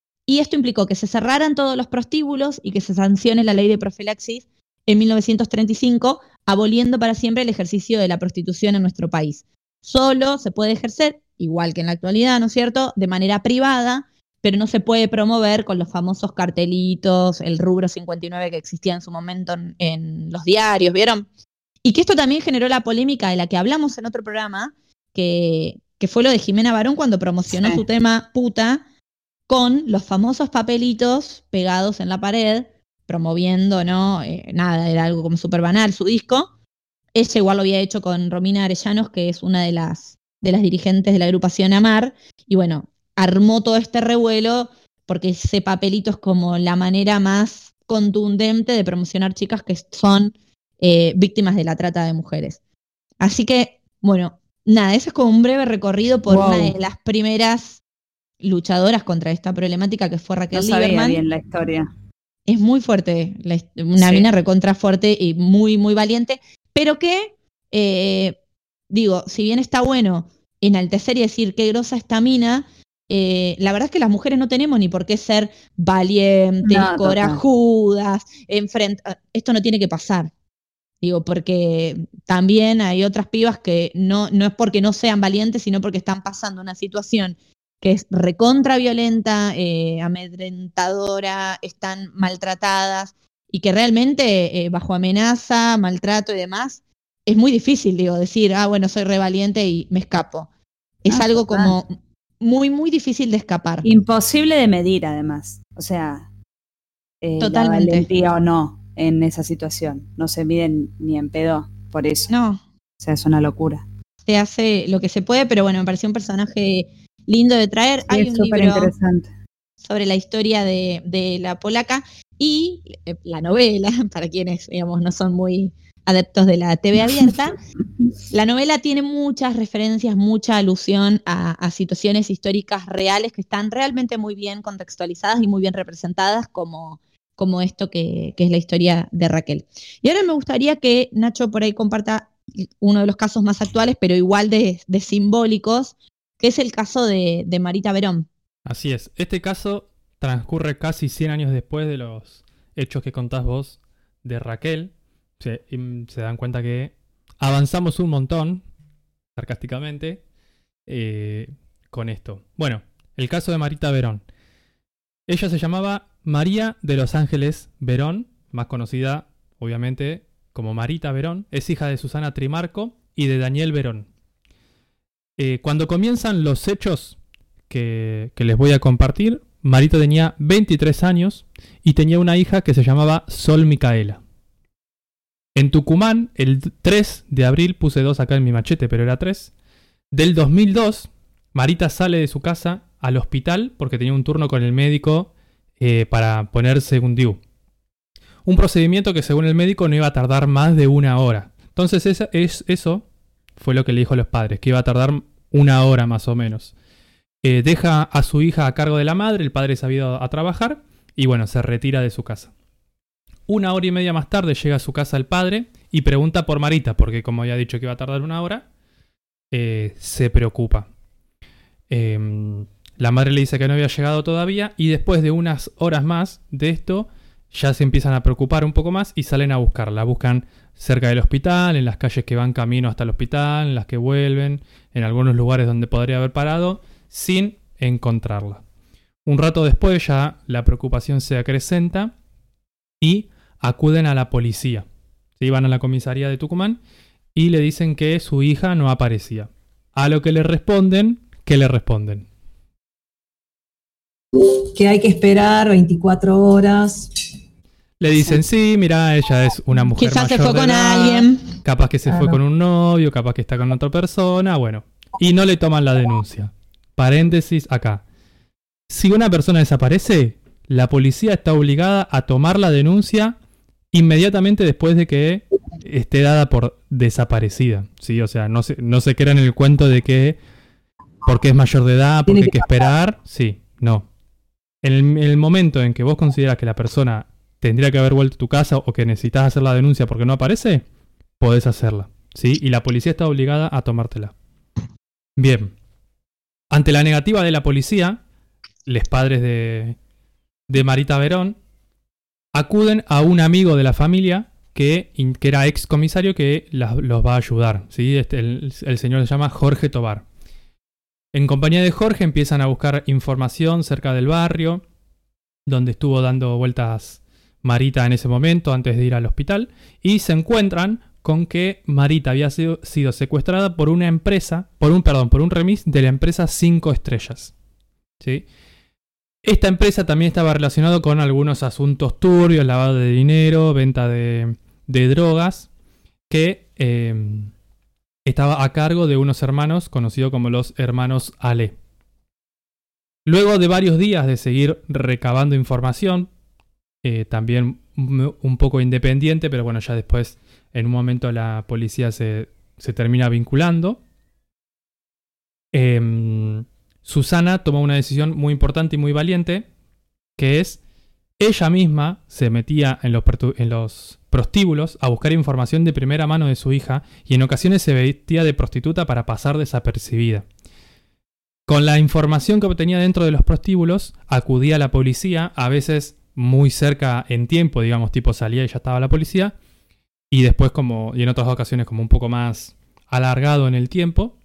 Y esto implicó que se cerraran todos los prostíbulos y que se sancione la ley de profilaxis en mil novecientos treinta y cinco, aboliendo para siempre el ejercicio de la prostitución en nuestro país. Solo se puede ejercer, igual que en la actualidad, ¿no es cierto?, de manera privada, pero no se puede promover con los famosos cartelitos, el rubro cincuenta y nueve que existía en su momento en, en los diarios, ¿vieron? Y que esto también generó la polémica de la que hablamos en otro programa, Que, que fue lo de Jimena Barón cuando promocionó sí. su tema Puta, con los famosos papelitos pegados en la pared, promoviendo, ¿no? Eh, nada, era algo como súper banal su disco. Ella igual lo había hecho con Romina Arellanos, que es una de las, de las dirigentes de la agrupación Amar, y bueno, armó todo este revuelo porque ese papelito es como la manera más contundente de promocionar chicas que son eh, víctimas de la trata de mujeres. Así que, bueno, nada, eso es como un breve recorrido por wow. una de las primeras luchadoras contra esta problemática, que fue Raquel no Lieberman. Sabía bien la historia. Es muy fuerte, la, una sí. mina recontra fuerte y muy, muy valiente, pero que, eh, digo, si bien está bueno enaltecer y decir qué grosa esta mina, eh, la verdad es que las mujeres no tenemos ni por qué ser valientes, No, total. corajudas, enfrenta- esto no tiene que pasar. Digo, porque también hay otras pibas que no, no es porque no sean valientes, sino porque están pasando una situación que es recontra violenta, eh, amedrentadora, están maltratadas y que realmente eh, bajo amenaza, maltrato y demás, es muy difícil, digo, decir, ah, bueno, soy re valiente y me escapo. Es Ah, algo total. como muy, muy difícil de escapar. Imposible de medir, además. O sea, eh, la Totalmente. valentía o no en esa situación. No se miden ni en pedo por eso. No, O sea, es una locura. se hace lo que se puede, pero bueno, me pareció un personaje lindo de traer. Sí, Hay es un súper libro interesante. sobre la historia de, de la polaca y eh, la novela, para quienes, digamos, no son muy adeptos de la T V abierta. La novela tiene muchas referencias, mucha alusión a, a situaciones históricas reales que están realmente muy bien contextualizadas y muy bien representadas, como, como esto que, que es la historia de Raquel. Y ahora me gustaría que Nacho por ahí comparta uno de los casos más actuales, pero igual de, de simbólicos, que es el caso de, de Marita Verón. Así es. Este caso transcurre casi cien años después de los hechos que contás vos de Raquel. Se, y se dan cuenta que avanzamos un montón, sarcásticamente, eh, con esto. Bueno, el caso de Marita Verón. Ella se llamaba María de los Ángeles Verón, más conocida, obviamente, como Marita Verón. Es hija de Susana Trimarco y de Daniel Verón. Eh, cuando comienzan los hechos que, que les voy a compartir, Marita tenía veintitrés años y tenía una hija que se llamaba Sol Micaela. En Tucumán, el tres de abril, puse dos acá en mi machete, pero era tres, del dos mil dos, Marita sale de su casa al hospital porque tenía un turno con el médico eh, para ponerse un D I U. Un procedimiento que según el médico no iba a tardar más de una hora. Entonces esa, es, eso fue lo que le dijo a los padres, que iba a tardar una hora más o menos. Eh, deja a su hija a cargo de la madre, el padre se había ido a trabajar y bueno, se retira de su casa. Una hora y media más tarde llega a su casa el padre y pregunta por Marita, porque como había dicho que iba a tardar una hora, eh, se preocupa. Eh, la madre le dice que no había llegado todavía y después de unas horas más de esto ya se empiezan a preocupar un poco más y salen a buscarla. La buscan cerca del hospital, en las calles que van camino hasta el hospital, en las que vuelven, en algunos lugares donde podría haber parado, sin encontrarla. Un rato después ya la preocupación se acrecenta y acuden a la policía. Se iban a la comisaría de Tucumán y le dicen que su hija no aparecía. A lo que le responden, ¿qué le responden? Que hay que esperar veinticuatro horas. Le dicen, sí, mira, ella es una mujer Quizás se mayor fue de con edad, alguien. capaz que se fue Claro. con un novio, capaz que está con otra persona, bueno. Y no le toman la denuncia. Paréntesis acá. Si una persona desaparece, la policía está obligada a tomar la denuncia inmediatamente después de que esté dada por desaparecida. ¿Sí? O sea, no se, no se crean el cuento de que porque es mayor de edad, porque Tiene hay que que esperar. Sí, no. En el, en el momento en que vos consideras que la persona tendría que haber vuelto a tu casa o que necesitas hacer la denuncia porque no aparece, podés hacerla. ¿Sí? Y la policía está obligada a tomártela. Bien. Ante la negativa de la policía, los padres de, de Marita Verón acuden a un amigo de la familia que, que era ex comisario que las, los va a ayudar. ¿Sí? Este, el, el señor se llama Jorge Tobar. En compañía de Jorge empiezan a buscar información cerca del barrio donde estuvo dando vueltas Marita en ese momento antes de ir al hospital y se encuentran con que Marita había sido, sido secuestrada por una empresa, por un, perdón, por un remis de la empresa Cinco Estrellas. ¿Sí? Esta empresa también estaba relacionada con algunos asuntos turbios, lavado de dinero, venta de, de drogas, que eh, estaba a cargo de unos hermanos conocidos como los hermanos Ale. Luego de varios días de seguir recabando información, eh, también un poco independiente, pero bueno, ya después en un momento la policía se, se termina vinculando. Eh, Susana toma una decisión muy importante y muy valiente, que es ella misma se metía en los, pertu- en los prostíbulos a buscar información de primera mano de su hija y en ocasiones se vestía de prostituta para pasar desapercibida. Con la información que obtenía dentro de los prostíbulos, acudía a la policía, a veces muy cerca en tiempo, digamos, tipo salía y ya estaba la policía, y después como, y en otras ocasiones como un poco más alargado en el tiempo,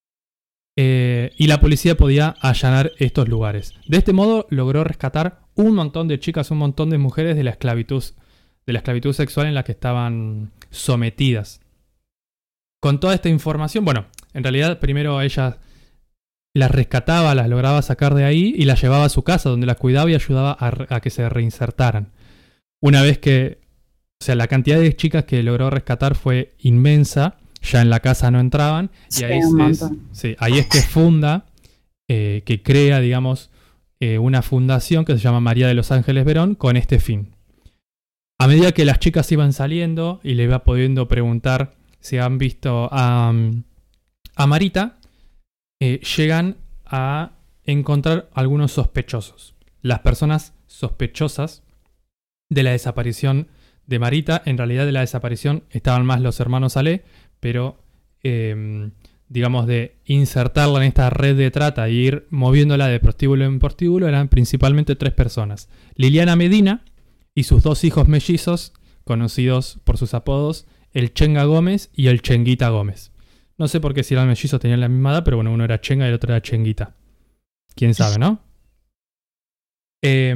eh, y la policía podía allanar estos lugares. De este modo logró rescatar un montón de chicas, un montón de mujeres de la esclavitud, de la esclavitud sexual en la que estaban sometidas. Con toda esta información, bueno, en realidad primero ella las rescataba, las lograba sacar de ahí y las llevaba a su casa, donde las cuidaba y ayudaba a, a que se reinsertaran. Una vez que, o sea, la cantidad de chicas que logró rescatar fue inmensa, ya en la casa no entraban, y ahí, Sí, un es, montón. sí, ahí es que funda, eh, que crea, digamos, eh, una fundación que se llama María de los Ángeles Verón con este fin. A medida que las chicas iban saliendo y le iba pudiendo preguntar si han visto a, a Marita, eh, llegan a encontrar algunos sospechosos. Las personas sospechosas de la desaparición de Marita, en realidad de la desaparición estaban más los hermanos Ale, pero eh, digamos de insertarla en esta red de trata e ir moviéndola de prostíbulo en prostíbulo eran principalmente tres personas. Liliana Medina y sus dos hijos mellizos, conocidos por sus apodos, el Chenga Gómez y el Chenguita Gómez. No sé por qué si eran mellizos tenían la misma edad, pero bueno, uno era Chenga y el otro era Chenguita. ¿Quién sabe, no? Eh,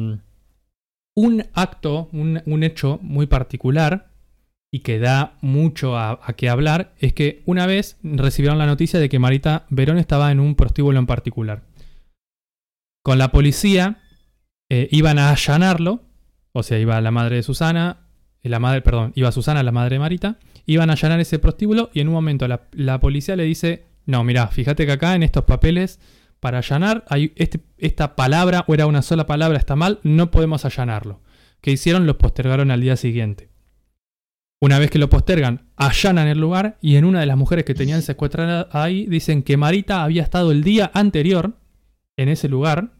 un acto, un, un hecho muy particular y que da mucho a, a qué hablar es que una vez recibieron la noticia de que Marita Verón estaba en un prostíbulo en particular. Con la policía eh, iban a allanarlo, o sea, iba la madre de Susana, la madre, perdón, iba Susana, la madre de Marita, iban a allanar ese prostíbulo y en un momento la, la policía le dice, no, mirá, fíjate que acá en estos papeles para allanar hay este, esta palabra, o era una sola palabra, está mal, no podemos allanarlo. ¿Qué hicieron? Lo postergaron al día siguiente. Una vez que lo postergan, allanan el lugar y en una de las mujeres que tenían secuestrada ahí dicen que Marita había estado el día anterior en ese lugar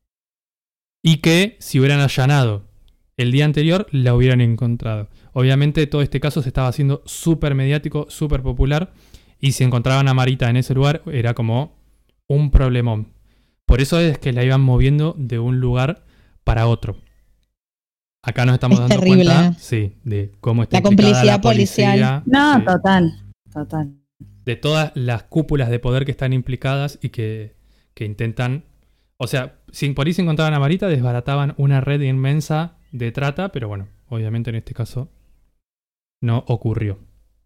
y que si hubieran allanado el día anterior la hubieran encontrado. Obviamente todo este caso se estaba haciendo súper mediático, súper popular y si encontraban a Marita en ese lugar era como un problemón. Por eso es que la iban moviendo de un lugar para otro. Acá nos estamos Es dando terrible, cuenta, ¿eh? sí, de cómo está La implicada complicidad la policía, policial. No, sí, total, total. de todas las cúpulas de poder que están implicadas y que, que intentan, o sea, si por ahí se encontraban a Marita, desbarataban una red inmensa de trata, pero bueno, obviamente en este caso no ocurrió.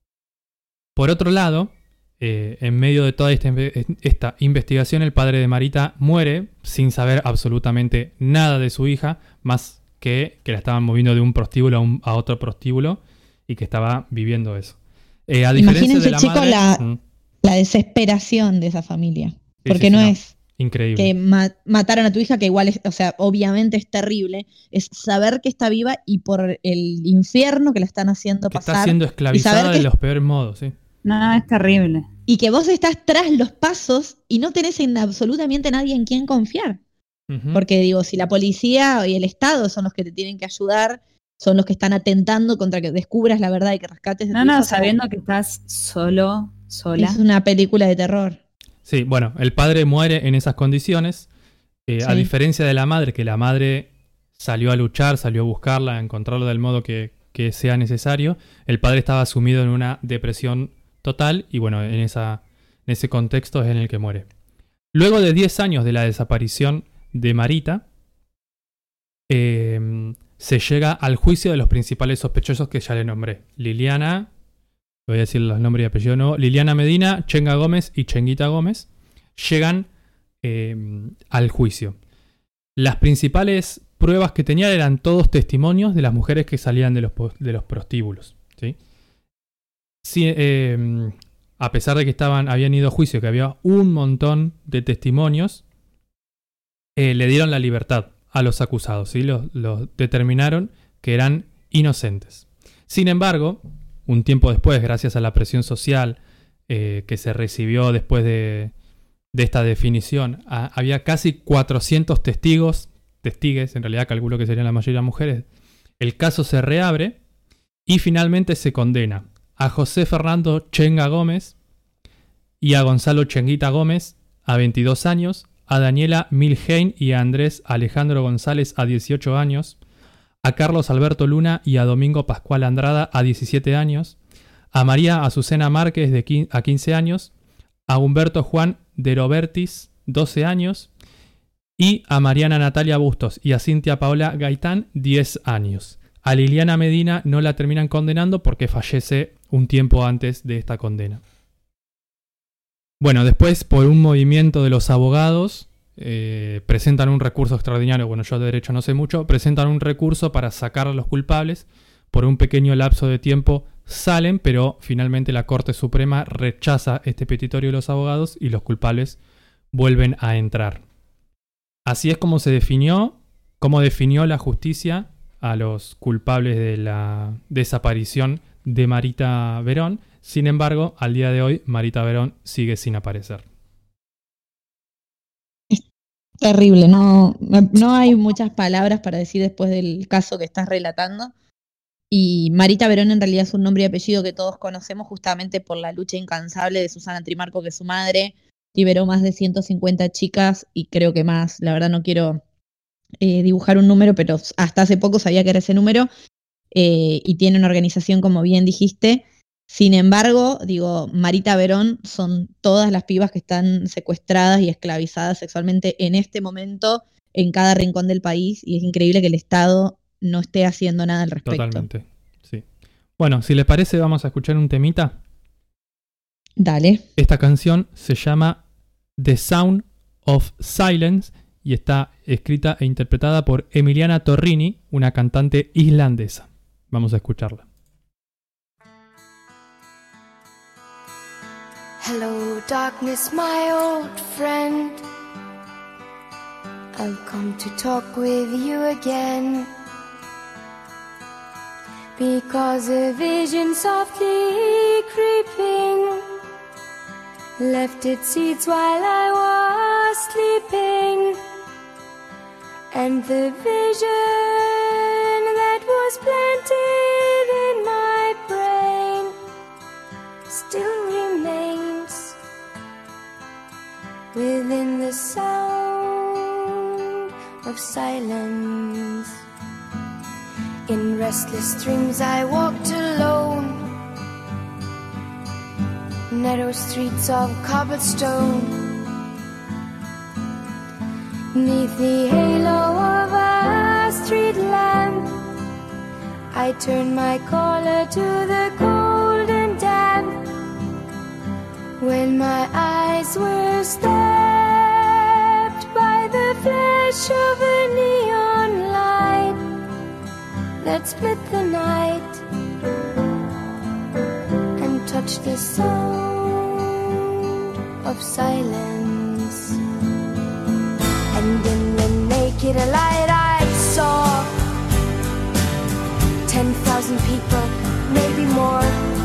Por otro lado, eh, en medio de toda esta, esta investigación, el padre de Marita muere sin saber absolutamente nada de su hija, más que que la estaban moviendo de un prostíbulo a, un, a otro prostíbulo y que estaba viviendo eso. Eh, a diferencia Imagínense, de la chicos, madre, la, mm, la desesperación de esa familia. sí, Porque sí, no, sí, no, es increíble. que ma- mataron a tu hija, que igual es, o sea, obviamente es terrible, es saber que está viva y por el infierno que la están haciendo Que pasar. está siendo y esclavizada saber de que- los peores modos, sí. No, es terrible. Y que vos estás tras los pasos y no tenés en absolutamente nadie en quien confiar. Ujú. Porque digo, si la policía y el Estado son los que te tienen que ayudar, son los que están atentando contra que descubras la verdad y que rescates de No, tu no, hija, sabiendo que estás solo, sola. es una película de terror. Sí, bueno, el padre muere en esas condiciones, eh, a Sí. diferencia de la madre, que la madre salió a luchar, salió a buscarla, a encontrarla del modo que, que sea necesario. El padre estaba sumido en una depresión total y bueno, en, esa, en ese contexto es en el que muere. Luego de diez años de la desaparición de Marita, eh, se llega al juicio de los principales sospechosos que ya le nombré. Liliana, voy a decir los nombres y apellidos, no, Liliana Medina, Chenga Gómez y Chenguita Gómez, llegan eh, al juicio. Las principales pruebas que tenían eran todos testimonios de las mujeres que salían de los, de los prostíbulos, ¿sí? Sí, eh, a pesar de que estaban, habían ido a juicio, que había un montón de testimonios, eh, le dieron la libertad a los acusados, ¿sí? Los, los determinaron que eran inocentes. Sin embargo, un tiempo después, gracias a la presión social eh, que se recibió después de, de esta definición, a, había casi cuatrocientos testigos, testigues, en realidad calculo que serían la mayoría mujeres. El caso se reabre Y finalmente se condena a José Fernando Chenga Gómez y a Gonzalo Chenguita Gómez a veintidós años, a Daniela Milheim y a Andrés Alejandro González a dieciocho años, a Carlos Alberto Luna y a Domingo Pascual Andrada a diecisiete años, a María Azucena Márquez de quince, a quince años, a Humberto Juan de Robertis, doce años, y a Mariana Natalia Bustos y a Cintia Paola Gaitán, diez años. A Liliana Medina no la terminan condenando porque fallece un tiempo antes de esta condena. Bueno, después, por un movimiento de los abogados, eh, presentan un recurso extraordinario. Bueno, yo de derecho no sé mucho. Presentan un recurso para sacar a los culpables. Por un pequeño lapso de tiempo salen, pero finalmente la Corte Suprema rechaza este petitorio de los abogados y los culpables vuelven a entrar. Así es como se definió, cómo definió la justicia a los culpables de la desaparición de Marita Verón. Sin embargo, al día de hoy, Marita Verón sigue sin aparecer. Es terrible, no, no hay muchas palabras para decir después del caso que estás relatando. Y Marita Verón en realidad es un nombre y apellido que todos conocemos justamente por la lucha incansable de Susana Trimarco, que es su madre. Liberó más de ciento cincuenta chicas y creo que más. La verdad no quiero eh, dibujar un número, pero hasta hace poco sabía que era ese número. Eh, y tiene una organización, como bien dijiste. Sin embargo, digo, Marita Verón son todas las pibas que están secuestradas y esclavizadas sexualmente en este momento en cada rincón del país, y es increíble que el Estado no esté haciendo nada al respecto. Totalmente, sí. Bueno, si les parece, vamos a escuchar un temita. Dale. Esta canción se llama The Sound of Silence y está escrita e interpretada por Emiliana Torrini, una cantante islandesa. Vamos a escucharla. Hello, darkness, my old friend. I've come to talk with you again, because a vision softly creeping left its seeds while I was sleeping, and the vision that was planted in my brain still remains within the sound of silence. In restless dreams I walked alone, narrow streets of cobblestone, neath the halo of a street lamp. I turned my collar to the cold and damp, when my eyes were stabbed by the flash of a neon light that split the night and touched the sound of silence. And in the naked light I saw ten thousand people, maybe more,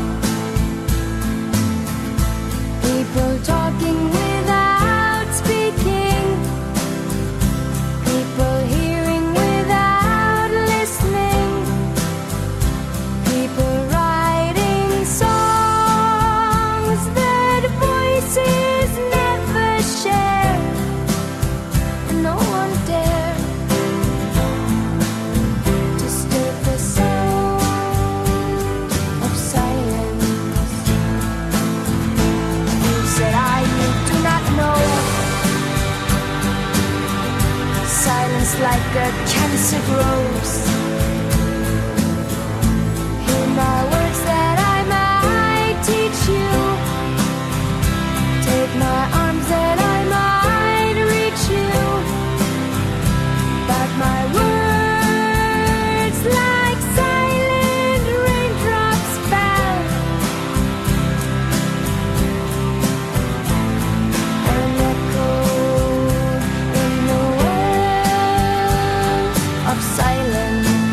people talking without speaking, people hearing without listening, people writing songs that voices never share, and no one dared disturb the sound of silence. You said I, you do not know, silence like a cancer grows. Hear my words that I might teach you, take my arms that I might reach you, but my words like silent raindrops fell and echoed in the wells of silence.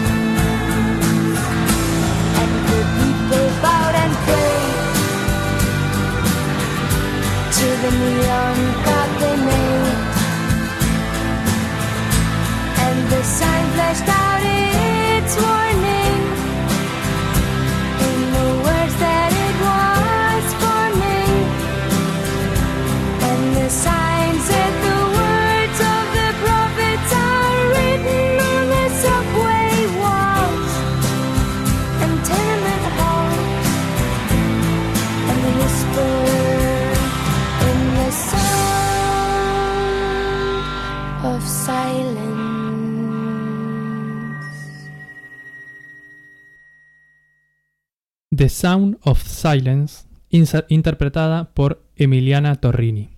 of silence. The Sound of Silence, inser- interpretada por Emiliana Torrini.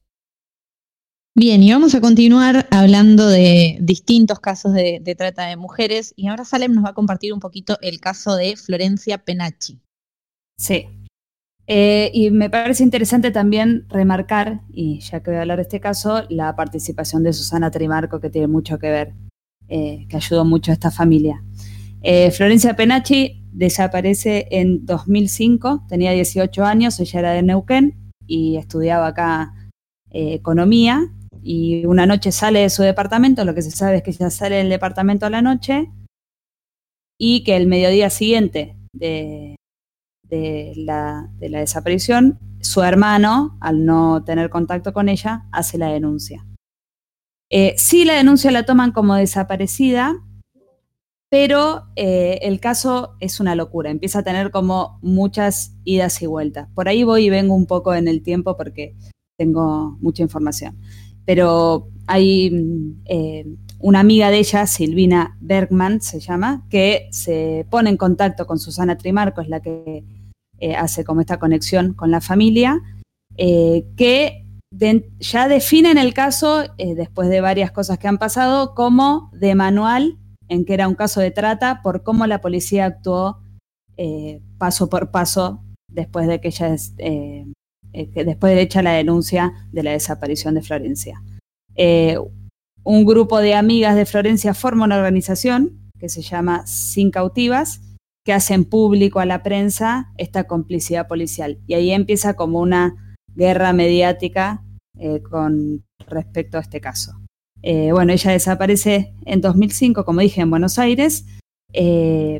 Bien, y vamos a continuar hablando de distintos casos de, de trata de mujeres. Y ahora Salem nos va a compartir un poquito el caso de Florencia Penacci. Sí. Eh, y me parece interesante también remarcar, y ya que voy a hablar de este caso, la participación de Susana Trimarco, que tiene mucho que ver, eh, que ayudó mucho a esta familia. Eh, Florencia Penacci desaparece en dos mil cinco, tenía dieciocho años, ella era de Neuquén y estudiaba acá eh, economía, y una noche sale de su departamento. Lo que se sabe es que ella sale del departamento a la noche y que el mediodía siguiente de... De la, de la desaparición, su hermano, al no tener contacto con ella, hace la denuncia. Eh, sí, la denuncia la toman como desaparecida, pero eh, el caso es una locura, empieza a tener como muchas idas y vueltas. Por ahí voy y vengo un poco en el tiempo porque tengo mucha información. Pero hay eh, una amiga de ella, Silvina Bergman se llama, que se pone en contacto con Susana Trimarco, es la que eh, hace como esta conexión con la familia, eh, que de, ya definen el caso, eh, después de varias cosas que han pasado, como de manual, en que era un caso de trata, por cómo la policía actuó eh, paso por paso después de que ella es, eh, eh, que después de hecha la denuncia de la desaparición de Florencia. Eh, un grupo de amigas de Florencia forma una organización que se llama Sin Cautivas, que hacen público a la prensa esta complicidad policial. Y ahí empieza como una guerra mediática eh, con respecto a este caso. Eh, bueno, ella desaparece en dos mil cinco, como dije, en Buenos Aires, eh,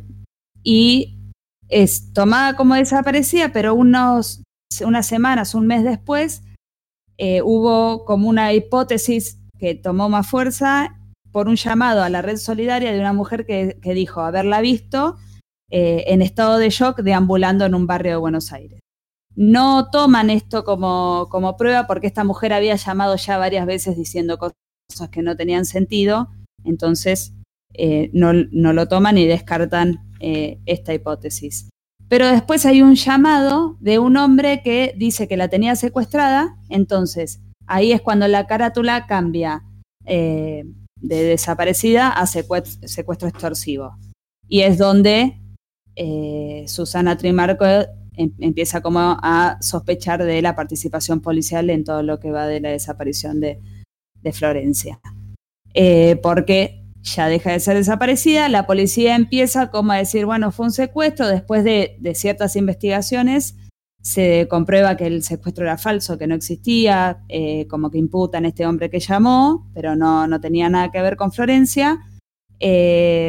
y es tomada como desaparecida, pero unos, unas semanas, un mes después, eh, hubo como una hipótesis que tomó más fuerza por un llamado a la red solidaria de una mujer que, que dijo haberla visto eh, en estado de shock deambulando en un barrio de Buenos Aires. No toman esto como, como prueba porque esta mujer había llamado ya varias veces diciendo cosas que no tenían sentido, entonces eh, no, no lo toman y descartan eh, esta hipótesis. Pero después hay un llamado de un hombre que dice que la tenía secuestrada, entonces ahí es cuando la carátula cambia eh, de desaparecida a secuestro, secuestro extorsivo. Y es donde eh, Susana Trimarco em, empieza como a sospechar de la participación policial en todo lo que va de la desaparición de, de Florencia. Eh, porque ya deja de ser desaparecida, la policía empieza como a decir, bueno, fue un secuestro, después de, de ciertas investigaciones se comprueba que el secuestro era falso, que no existía, eh, como que imputan a este hombre que llamó, pero no, no tenía nada que ver con Florencia, eh,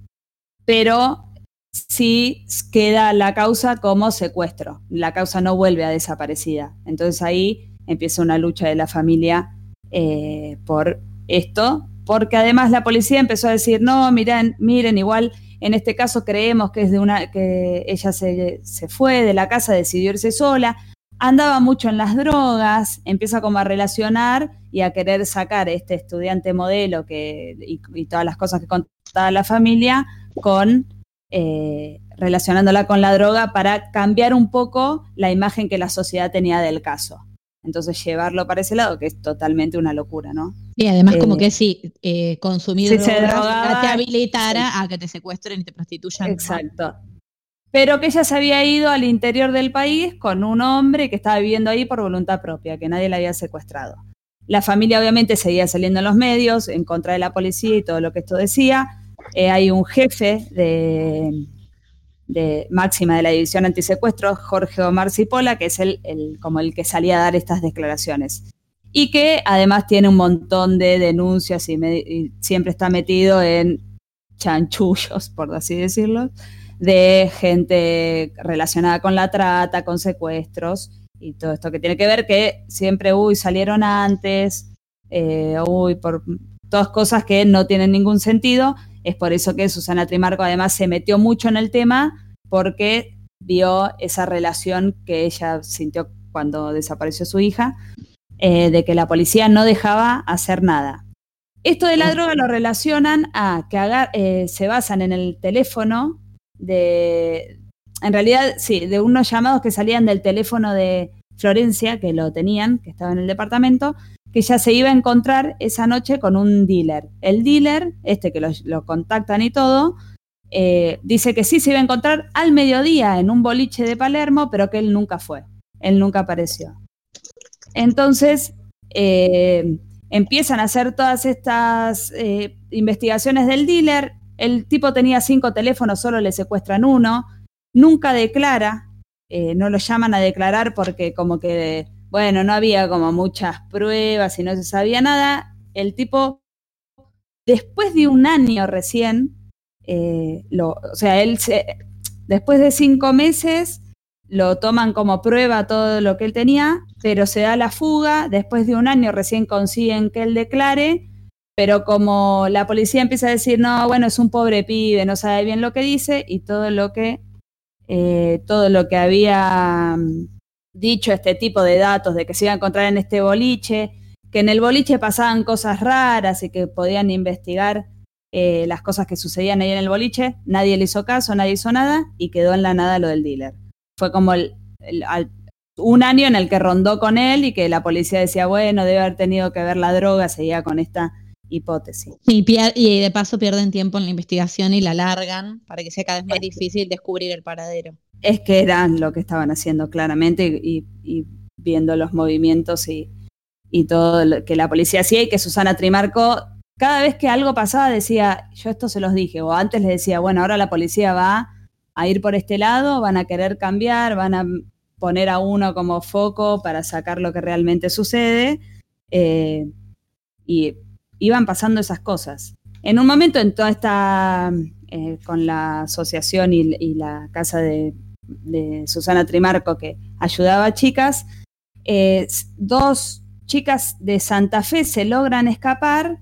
pero sí queda la causa como secuestro, la causa no vuelve a desaparecida, entonces ahí empieza una lucha de la familia eh, por esto, porque además la policía empezó a decir, no, miren, miren, igual en este caso creemos que es de una que ella se, se fue de la casa, decidió irse sola, andaba mucho en las drogas, empieza como a relacionar y a querer sacar este estudiante modelo que, y, y todas las cosas que contaba la familia con eh, relacionándola con la droga para cambiar un poco la imagen que la sociedad tenía del caso. Entonces llevarlo para ese lado, que es totalmente una locura, ¿no? Y además Eh, como que sí, eh, consumir si se drogas drogaba, te habilitara sí. a que te secuestren y te prostituyan. Exacto. Pero que ella se había ido al interior del país con un hombre que estaba viviendo ahí por voluntad propia, que nadie la había secuestrado. La familia obviamente seguía saliendo en los medios en contra de la policía y todo lo que esto decía. Eh, hay un jefe de... de máxima de la división antisecuestro, Jorge Omar Cipolla, que es el, el, como el que salía a dar estas declaraciones. Y que además tiene un montón de denuncias y, me, y siempre está metido en chanchullos, por así decirlo, de gente relacionada con la trata, con secuestros y todo esto que tiene que ver que siempre, uy, salieron antes, eh, uy, por todas cosas que no tienen ningún sentido. Es por eso que Susana Trimarco además se metió mucho en el tema, porque vio esa relación que ella sintió cuando desapareció su hija, eh, de que la policía no dejaba hacer nada. Esto de la droga lo relacionan a que agar- eh, se basan en el teléfono de, en realidad, sí, de unos llamados que salían del teléfono de Florencia, que lo tenían, que estaba en el departamento, que ella se iba a encontrar esa noche con un dealer. El dealer, este que lo, lo contactan y todo, eh, dice que sí se iba a encontrar al mediodía en un boliche de Palermo, pero que él nunca fue, él nunca apareció. Entonces, eh, empiezan a hacer todas estas eh, investigaciones del dealer. El tipo tenía cinco teléfonos, solo le secuestran uno. Nunca declara, eh, no lo llaman a declarar porque como que, bueno, no había como muchas pruebas y no se sabía nada. El tipo, después de un año recién, eh, lo, o sea, él se, después de cinco meses lo toman como prueba todo lo que él tenía, pero se da la fuga. Después de un año recién consiguen que él declare, pero como la policía empieza a decir, no, bueno, es un pobre pibe, no sabe bien lo que dice, y todo lo que, eh, todo lo que había dicho este tipo de datos de que se iba a encontrar en este boliche, que en el boliche pasaban cosas raras y que podían investigar eh, las cosas que sucedían ahí en el boliche, nadie le hizo caso, nadie hizo nada, y quedó en la nada lo del dealer. Fue como el, el, al, un año en el que rondó con él y que la policía decía, bueno, debe haber tenido que ver la droga, seguía con esta hipótesis. Y, pier- y de paso pierden tiempo en la investigación y la alargan para que sea cada vez más difícil descubrir el paradero. Es que era lo que estaban haciendo claramente y, y viendo los movimientos y, y todo lo que la policía hacía, y que Susana Trimarco, cada vez que algo pasaba decía, yo esto se los dije, o antes les decía, bueno, ahora la policía va a ir por este lado, van a querer cambiar, van a poner a uno como foco para sacar lo que realmente sucede, eh, y iban pasando esas cosas. En un momento, en toda esta, eh, con la asociación y, y la casa de, de Susana Trimarco que ayudaba a chicas, eh, dos chicas de Santa Fe se logran escapar.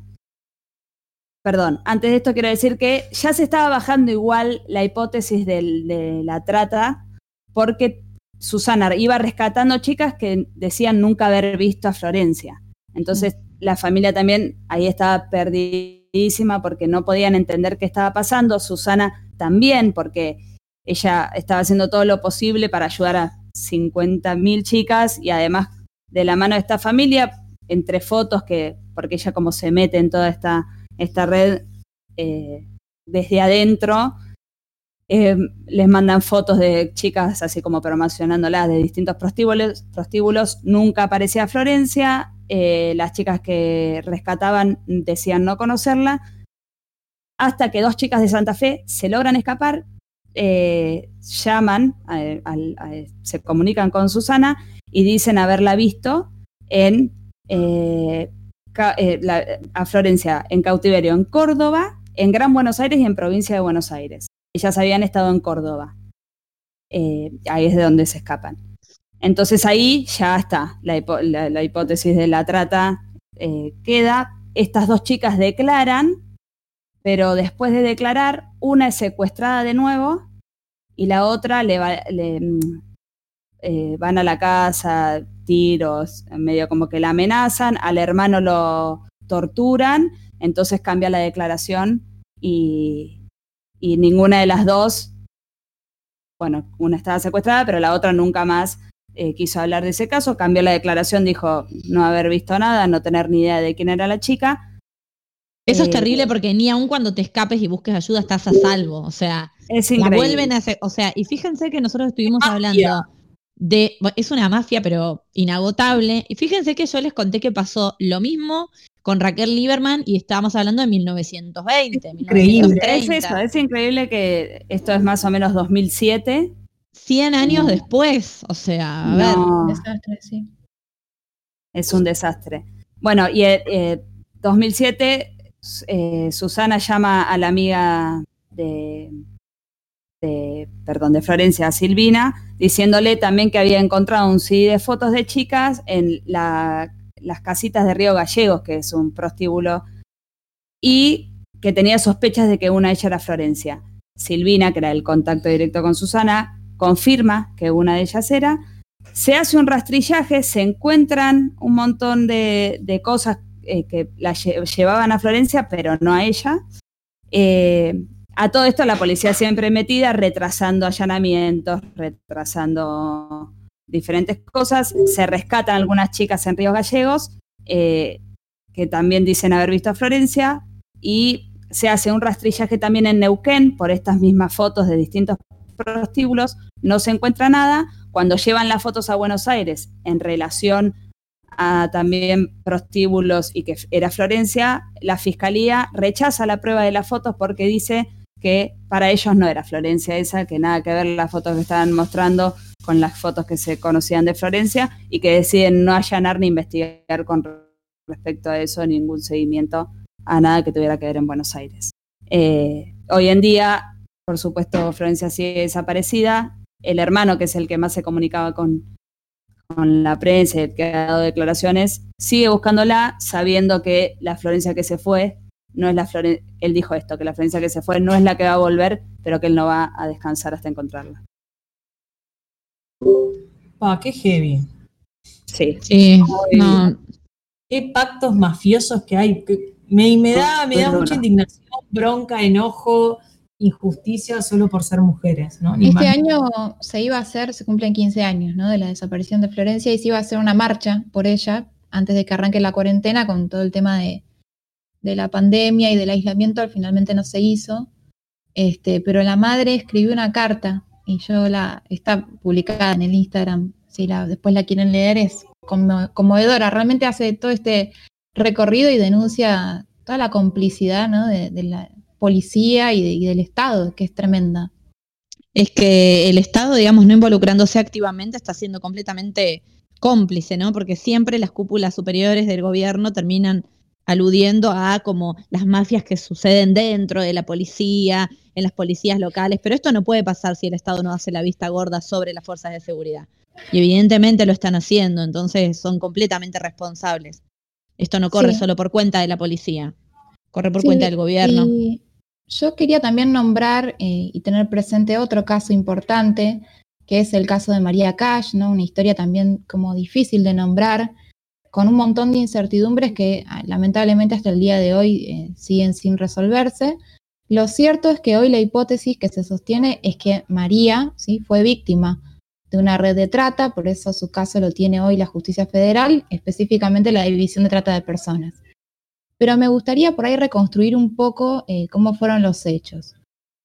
Perdón, antes de esto quiero decir que ya se estaba bajando igual la hipótesis del, de la trata, porque Susana iba rescatando chicas que decían nunca haber visto a Florencia. Entonces mm. la familia también ahí estaba perdidísima porque no podían entender qué estaba pasando. Susana también, porque ella estaba haciendo todo lo posible para ayudar a cincuenta mil chicas, y además de la mano de esta familia, entre fotos que, porque ella como se mete en toda esta... esta red eh, desde adentro, eh, les mandan fotos de chicas así como promocionándolas de distintos prostíbulos, prostíbulos. Nunca aparecía Florencia, eh, las chicas que rescataban decían no conocerla, hasta que dos chicas de Santa Fe se logran escapar, eh, llaman, a, a, a, se comunican con Susana y dicen haberla visto en... Eh, Eh, la, a Florencia en cautiverio en Córdoba, en Gran Buenos Aires y en Provincia de Buenos Aires. Ellas habían estado en Córdoba. Eh, ahí es de donde se escapan. Entonces ahí ya está, la, hipo la, la hipótesis de la trata eh, queda. Estas dos chicas declaran, pero después de declarar, una es secuestrada de nuevo y la otra le, va, le eh, van a la casa, tiros, medio como que la amenazan, al hermano lo torturan, entonces cambia la declaración y, y ninguna de las dos, bueno, una estaba secuestrada, pero la otra nunca más eh, quiso hablar de ese caso, cambió la declaración, dijo no haber visto nada, no tener ni idea de quién era la chica. Eso eh, es terrible porque ni aun cuando te escapes y busques ayuda estás a salvo, o sea, es la increíble. vuelven a hacer, o sea, y fíjense que nosotros estuvimos hablando de, es una mafia pero inagotable, y fíjense que yo les conté que pasó lo mismo con Raquel Lieberman y estábamos hablando de mil novecientos veinte, Increíble. mil novecientos treinta. Es eso, es increíble que esto es más o menos dos mil siete. cien años no. después, o sea, a no. ver. Desastre, sí. Es un desastre. Bueno, y en eh, dos mil siete eh, Susana llama a la amiga de, de, perdón, de Florencia, a Silvina, diciéndole también que había encontrado un C D de fotos de chicas en la, las casitas de Río Gallegos, que es un prostíbulo, y que tenía sospechas de que una de ellas era Florencia. Silvina, que era el contacto directo con Susana, confirma que una de ellas era. Se hace un rastrillaje, se encuentran un montón de, de cosas eh, que la lle- llevaban a Florencia, pero no a ella. Eh, a todo esto la policía siempre metida, retrasando allanamientos, retrasando diferentes cosas. Se rescatan algunas chicas en Ríos Gallegos, eh, que también dicen haber visto a Florencia, y se hace un rastrillaje también en Neuquén por estas mismas fotos de distintos prostíbulos. No se encuentra nada. Cuando llevan las fotos a Buenos Aires en relación a también prostíbulos y que era Florencia, la fiscalía rechaza la prueba de las fotos porque dice que para ellos no era Florencia esa, que nada que ver las fotos que estaban mostrando con las fotos que se conocían de Florencia, y que deciden no allanar ni investigar con respecto a eso, ningún seguimiento a nada que tuviera que ver en Buenos Aires. Eh, hoy en día, por supuesto, Florencia sigue desaparecida. El hermano, que es el que más se comunicaba con, con la prensa, el que ha dado declaraciones, sigue buscándola, sabiendo que la Florencia que se fue no es la Florencia. Él dijo esto, que la Florencia que se fue no es la que va a volver, pero que él no va a descansar hasta encontrarla. Pa, qué heavy. Sí. Sí, Muy- no, Qué pactos mafiosos que hay. Que Me, me da, me da Muy mucha duro. indignación, bronca, enojo, injusticia solo por ser mujeres, ¿no? Ni Este más. año se iba a hacer, se cumplen quince años, ¿no? De la desaparición de Florencia, y se iba a hacer una marcha por ella antes de que arranque la cuarentena, con todo el tema de, de la pandemia y del aislamiento. Finalmente no se hizo, este, pero la madre escribió una carta, y yo la está publicada en el Instagram, si la, después la quieren leer, es conmo- conmovedora. Realmente hace todo este recorrido y denuncia toda la complicidad, ¿no? de, de la policía y, de- y del Estado, que es tremenda. es que el Estado, digamos, no involucrándose activamente, está siendo completamente cómplice, ¿no? Porque siempre las cúpulas superiores del gobierno terminan aludiendo a como las mafias que suceden dentro de la policía, en las policías locales, pero esto no puede pasar si el Estado no hace la vista gorda sobre las fuerzas de seguridad. Y evidentemente lo están haciendo, entonces son completamente responsables. Esto no corre Sí. solo por cuenta de la policía, corre por Sí, cuenta del gobierno. Y yo quería también nombrar eh, y tener presente otro caso importante, que es el caso de María Cash, ¿no? Una historia también como difícil de nombrar, con un montón de incertidumbres que ah, lamentablemente hasta el día de hoy eh, siguen sin resolverse. Lo cierto es que hoy la hipótesis que se sostiene es que María, ¿sí?, fue víctima de una red de trata, por eso su caso lo tiene hoy la Justicia Federal, específicamente la División de Trata de Personas. Pero me gustaría por ahí reconstruir un poco eh, cómo fueron los hechos.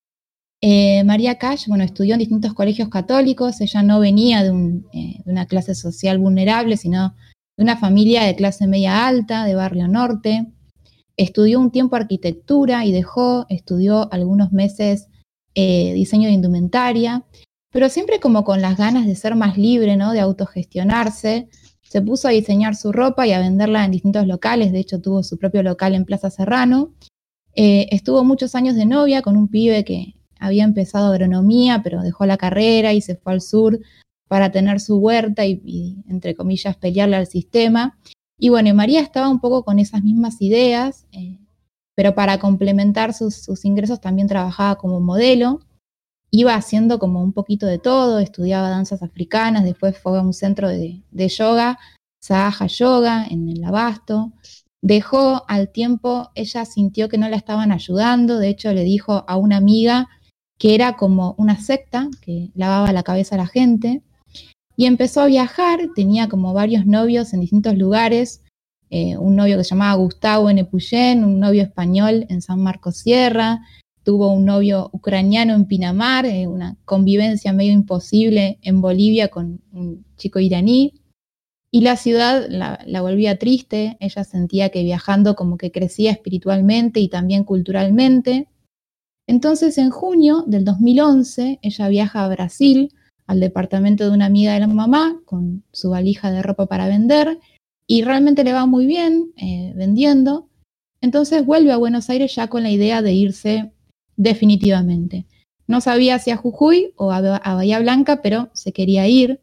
Eh, María Cash, bueno, estudió en distintos colegios católicos. Ella no venía de, un, eh, de una clase social vulnerable, sino de una familia de clase media alta, de Barrio Norte. Estudió un tiempo arquitectura y dejó, estudió algunos meses eh, diseño de indumentaria, pero siempre como con las ganas de ser más libre, ¿no? De autogestionarse. Se puso a diseñar su ropa y a venderla en distintos locales. De hecho, tuvo su propio local en Plaza Serrano. Eh, estuvo muchos años de novia con un pibe que había empezado agronomía, pero dejó la carrera y se fue al sur para tener su huerta y, y entre comillas, pelearle al sistema. Y bueno, y María estaba un poco con esas mismas ideas, eh, pero para complementar sus, sus ingresos también trabajaba como modelo. Iba haciendo como un poquito de todo, estudiaba danzas africanas, después fue a un centro de, de yoga, Sahaja Yoga, en el Abasto. Dejó al tiempo, ella sintió que no la estaban ayudando, de hecho le dijo a una amiga que era como una secta, que lavaba la cabeza a la gente, y empezó a viajar. Tenía como varios novios en distintos lugares, eh, un novio que se llamaba Gustavo en Epuyén, un novio español en San Marcos Sierra, tuvo un novio ucraniano en Pinamar, eh, una convivencia medio imposible en Bolivia con un chico iraní, y la ciudad la, la volvía triste. Ella sentía que viajando como que crecía espiritualmente y también culturalmente. Entonces en junio del dos mil once ella viaja a Brasil, al departamento de una amiga de la mamá, con su valija de ropa para vender, y realmente le va muy bien eh, vendiendo. Entonces vuelve a Buenos Aires ya con la idea de irse definitivamente. No sabía si a Jujuy o a, a Bahía Blanca, pero se quería ir.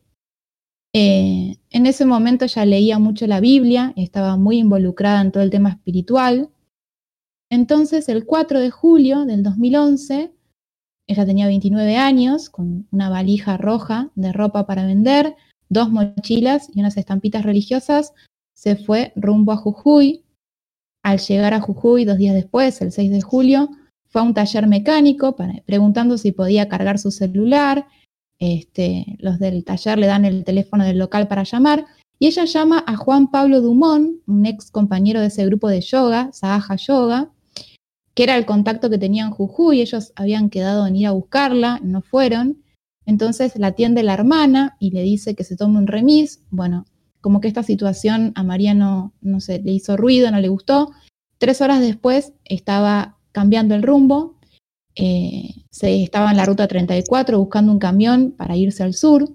Eh, en ese momento ella leía mucho la Biblia, estaba muy involucrada en todo el tema espiritual. Entonces el cuatro de julio del dos mil once, ella tenía veintinueve años, con una valija roja de ropa para vender, dos mochilas y unas estampitas religiosas, se fue rumbo a Jujuy. Al llegar a Jujuy dos días después, el seis de julio, fue a un taller mecánico para, preguntando si podía cargar su celular. Este, los del taller le dan el teléfono del local para llamar y ella llama a Juan Pablo Dumont, un ex compañero de ese grupo de yoga, Sahaja Yoga, que era el contacto que tenía en Jujuy. Ellos habían quedado en ir a buscarla, no fueron. Entonces la atiende la hermana y le dice que se tome un remis. Bueno, como que esta situación a María no, no sé, le hizo ruido, no le gustó. Tres horas después estaba cambiando el rumbo, eh, se estaba en la ruta treinta y cuatro buscando un camión para irse al sur.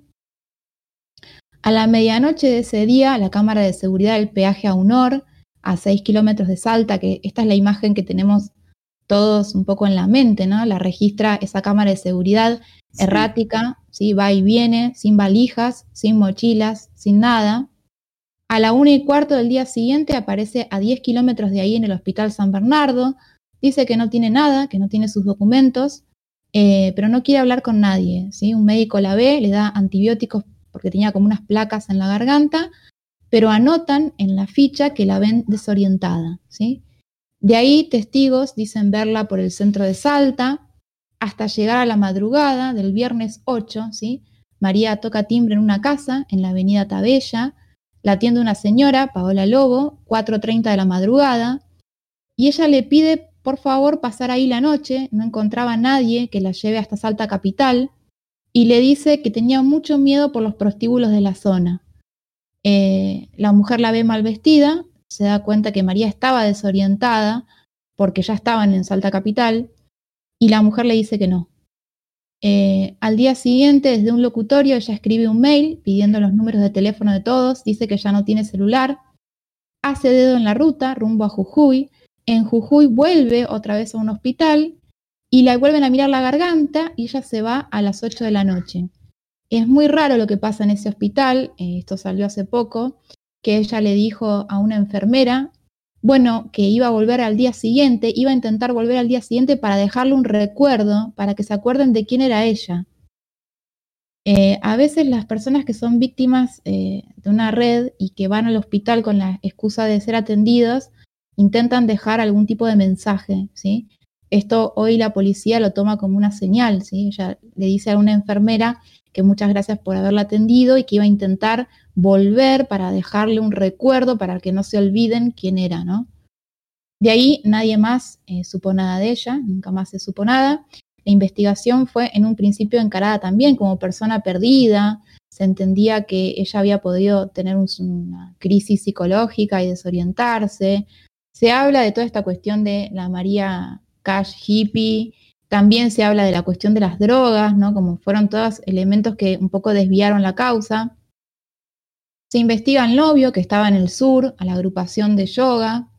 A la medianoche de ese día, la cámara de seguridad del peaje a Unor, a seis kilómetros de Salta, que esta es la imagen que tenemos todos un poco en la mente, ¿no? La registra esa cámara de seguridad Sí. errática, ¿sí? Va y viene, sin valijas, sin mochilas, sin nada. A la una y cuarto del día siguiente aparece a diez kilómetros de ahí en el Hospital San Bernardo, dice que no tiene nada, que no tiene sus documentos, eh, pero no quiere hablar con nadie, ¿sí? Un médico la ve, le da antibióticos porque tenía como unas placas en la garganta, pero anotan en la ficha que la ven desorientada, ¿sí? De ahí testigos dicen verla por el centro de Salta, hasta llegar a la madrugada del viernes ocho, ¿sí? María toca timbre en una casa en la avenida Tabella, la atiende una señora, Paola Lobo, cuatro treinta de la madrugada, y ella le pide por favor pasar ahí la noche, no encontraba a nadie que la lleve hasta Salta Capital, y le dice que tenía mucho miedo por los prostíbulos de la zona. Eh, la mujer la ve mal vestida, se da cuenta que María estaba desorientada porque ya estaban en Salta Capital, y la mujer le dice que no. Eh, al día siguiente, desde un locutorio, ella escribe un mail pidiendo los números de teléfono de todos, dice que ya no tiene celular, hace dedo en la ruta rumbo a Jujuy, en Jujuy vuelve otra vez a un hospital y la vuelven a mirar la garganta y ella se va a las ocho de la noche. Es muy raro lo que pasa en ese hospital, eh, esto salió hace poco, que ella le dijo a una enfermera, bueno, que iba a volver al día siguiente, iba a intentar volver al día siguiente para dejarle un recuerdo, para que se acuerden de quién era ella. Eh, a veces las personas que son víctimas eh, de una red y que van al hospital con la excusa de ser atendidos, intentan dejar algún tipo de mensaje, ¿sí? Esto hoy la policía lo toma como una señal, ¿sí? Ella le dice a una enfermera que muchas gracias por haberla atendido y que iba a intentar volver para dejarle un recuerdo para que no se olviden quién era, ¿no? De ahí nadie más eh, supo nada de ella, nunca más se supo nada. La investigación fue en un principio encarada también como persona perdida, se entendía que ella había podido tener un, una crisis psicológica y desorientarse. Se habla de toda esta cuestión de la María Cash hippie, también se habla de la cuestión de las drogas, ¿no? Como fueron todos elementos que un poco desviaron la causa. Se investiga al novio que estaba en el sur, a la agrupación de yoga.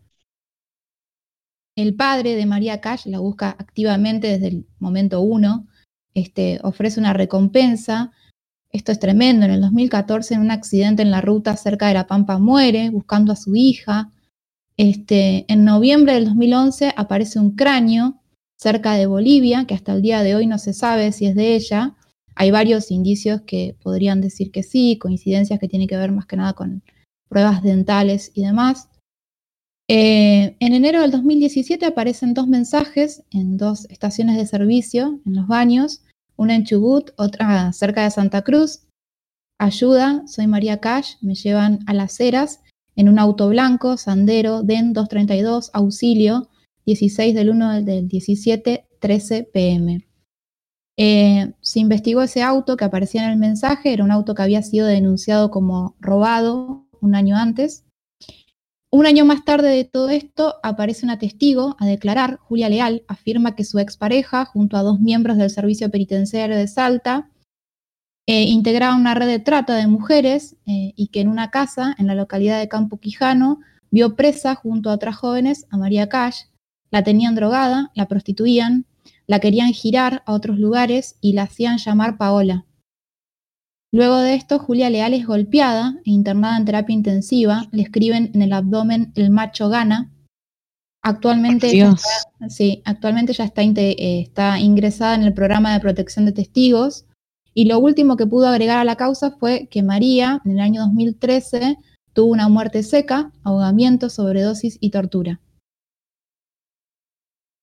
El padre de María Cash la busca activamente desde el momento uno, este, ofrece una recompensa. Esto es tremendo, en el dos mil catorce en un accidente en la ruta cerca de La Pampa muere buscando a su hija. Este, en noviembre del dos mil once aparece un cráneo cerca de Bolivia, que hasta el día de hoy no se sabe si es de ella. Hay varios indicios que podrían decir que sí, coincidencias que tienen que ver más que nada con pruebas dentales y demás. Eh, en enero del dos mil diecisiete aparecen dos mensajes en dos estaciones de servicio, en los baños, una en Chubut, otra cerca de Santa Cruz. Ayuda, soy María Cash, me llevan a Las Heras en un auto blanco, Sandero, D E N doscientos treinta y dos, auxilio, dieciséis del uno del diecisiete, trece pe eme. Eh, se investigó ese auto que aparecía en el mensaje, era un auto que había sido denunciado como robado un año antes. Un año más tarde de todo esto aparece una testigo a declarar, Julia Leal, afirma que su expareja, junto a dos miembros del Servicio Penitenciario de Salta, eh, integraban una red de trata de mujeres eh, y que en una casa en la localidad de Campo Quijano vio presa junto a otras jóvenes a María Cash, la tenían drogada, la prostituían, la querían girar a otros lugares y la hacían llamar Paola. Luego de esto, Julia Leal es golpeada e internada en terapia intensiva, le escriben en el abdomen el macho gana. Actualmente ya está, sí, actualmente ya está, eh, está ingresada en el programa de protección de testigos y lo último que pudo agregar a la causa fue que María, en el año dos mil trece, tuvo una muerte seca, ahogamiento, sobredosis y tortura.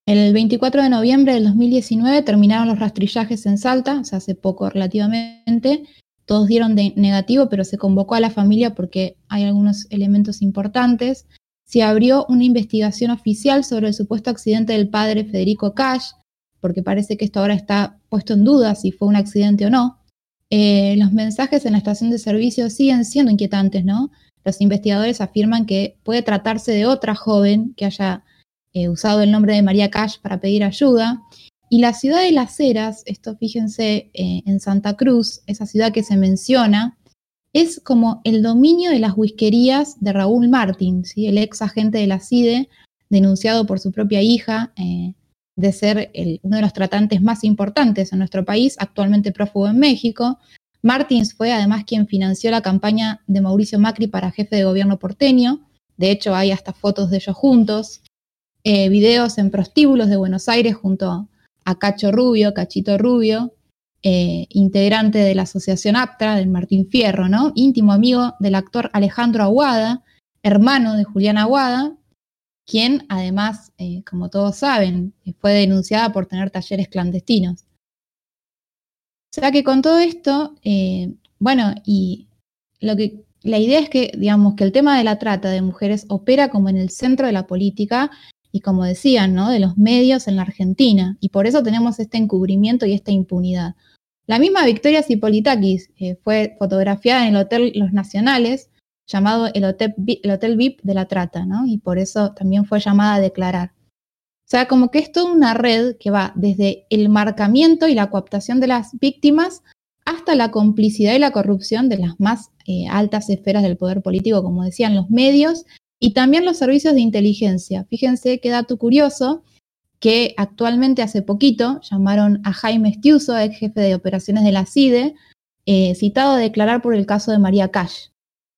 El veinticuatro de noviembre del dos mil diecinueve terminaron los rastrillajes en Salta, o sea, hace poco relativamente. Todos dieron de negativo, pero se convocó a la familia porque hay algunos elementos importantes. Se abrió una investigación oficial sobre el supuesto accidente del padre Federico Cash, porque parece que esto ahora está puesto en duda si fue un accidente o no. Eh, los mensajes en la estación de servicio siguen siendo inquietantes, ¿no? Los investigadores afirman que puede tratarse de otra joven que haya eh, usado el nombre de María Cash para pedir ayuda. Y la ciudad de Las Heras, esto fíjense eh, en Santa Cruz, esa ciudad que se menciona, es como el dominio de las whiskerías de Raúl Martín, ¿sí? El ex agente de la C I D E, denunciado por su propia hija eh, de ser el, uno de los tratantes más importantes en nuestro país, actualmente prófugo en México. Martins fue además quien financió la campaña de Mauricio Macri para jefe de gobierno porteño. De hecho, hay hasta fotos de ellos juntos. Eh, videos en prostíbulos de Buenos Aires junto a Cacho Rubio, Cachito Rubio, eh, integrante de la asociación APTRA, del Martín Fierro, ¿no? Íntimo amigo del actor Alejandro Aguada, hermano de Julián Aguada, quien además, eh, como todos saben, fue denunciada por tener talleres clandestinos. O sea que con todo esto, eh, bueno, y lo que, la idea es que, digamos, que el tema de la trata de mujeres opera como en el centro de la política y, como decían, ¿no?, de los medios en la Argentina, y por eso tenemos este encubrimiento y esta impunidad. La misma Victoria Zipolitakis eh, fue fotografiada en el Hotel Los Nacionales, llamado el Hotel, el Hotel V I P de la trata, ¿no? Y por eso también fue llamada a declarar. O sea, como que es toda una red que va desde el marcamiento y la cooptación de las víctimas hasta la complicidad y la corrupción de las más eh, altas esferas del poder político, como decían los medios, y también los servicios de inteligencia. Fíjense qué dato curioso, que actualmente hace poquito llamaron a Jaime Estiuso, ex jefe de operaciones de la C I D E, eh, citado a declarar por el caso de María Cash.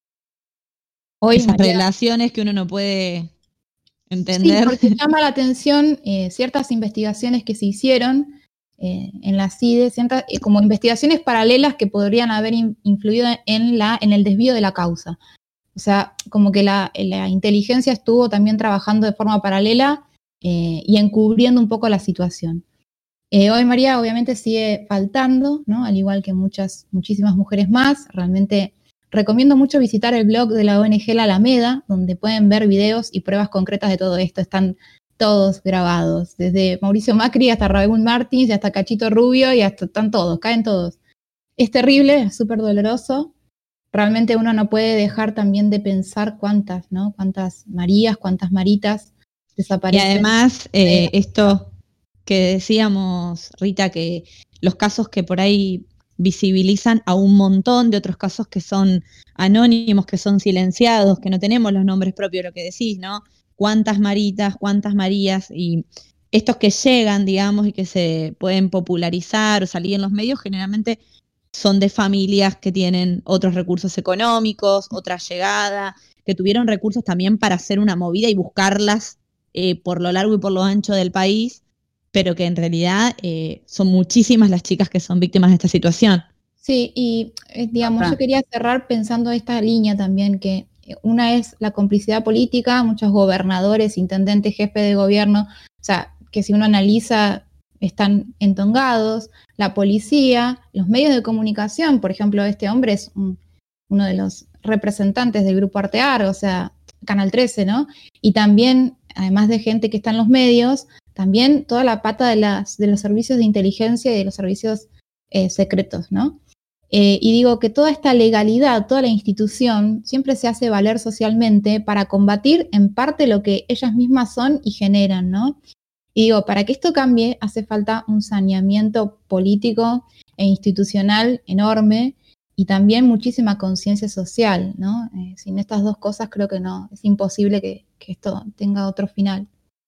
Hoy Esas María, relaciones que uno no puede entender. Sí, porque llama la atención eh, ciertas investigaciones que se hicieron eh, en la C I D E, ciertas, eh, como investigaciones paralelas que podrían haber in, influido en, la, en el desvío de la causa. O sea, como que la, la inteligencia estuvo también trabajando de forma paralela eh, y encubriendo un poco la situación. Eh, hoy María obviamente sigue faltando, ¿no? Al igual que muchas, muchísimas mujeres más. Realmente recomiendo mucho visitar el blog de la O N G La Alameda, donde pueden ver videos y pruebas concretas de todo esto. Están todos grabados, desde Mauricio Macri hasta Raúl Martins y hasta Cachito Rubio, y hasta están todos, caen todos. Es terrible, es súper doloroso. Realmente uno no puede dejar también de pensar cuántas, ¿no? Cuántas Marías, cuántas Maritas desaparecen. Y además, eh, esto que decíamos, Rita, que los casos que por ahí visibilizan a un montón de otros casos que son anónimos, que son silenciados, que no tenemos los nombres propios, lo que decís, ¿no? Cuántas Maritas, cuántas Marías, y estos que llegan, digamos, y que se pueden popularizar o salir en los medios, generalmente son de familias que tienen otros recursos económicos, otra llegada, que tuvieron recursos también para hacer una movida y buscarlas eh, por lo largo y por lo ancho del país, pero que en realidad eh, son muchísimas las chicas que son víctimas de esta situación. Sí, y eh, digamos, Ajá. yo quería cerrar pensando esta línea también, que una es la complicidad política, muchos gobernadores, intendentes, jefes de gobierno, o sea, que si uno analiza están entongados, la policía, los medios de comunicación. Por ejemplo, este hombre es un, uno de los representantes del grupo Artear, o sea, Canal trece, ¿no? Y también, además de gente que está en los medios, también toda la pata de, las, de los servicios de inteligencia y de los servicios eh, secretos, ¿no? Eh, y digo que toda esta legalidad, toda la institución, siempre se hace valer socialmente para combatir en parte lo que ellas mismas son y generan, ¿no? Y digo, para que esto cambie hace falta un saneamiento político e institucional enorme y también muchísima conciencia social, ¿no? Eh, sin estas dos cosas creo que no, es imposible que, que esto tenga otro final.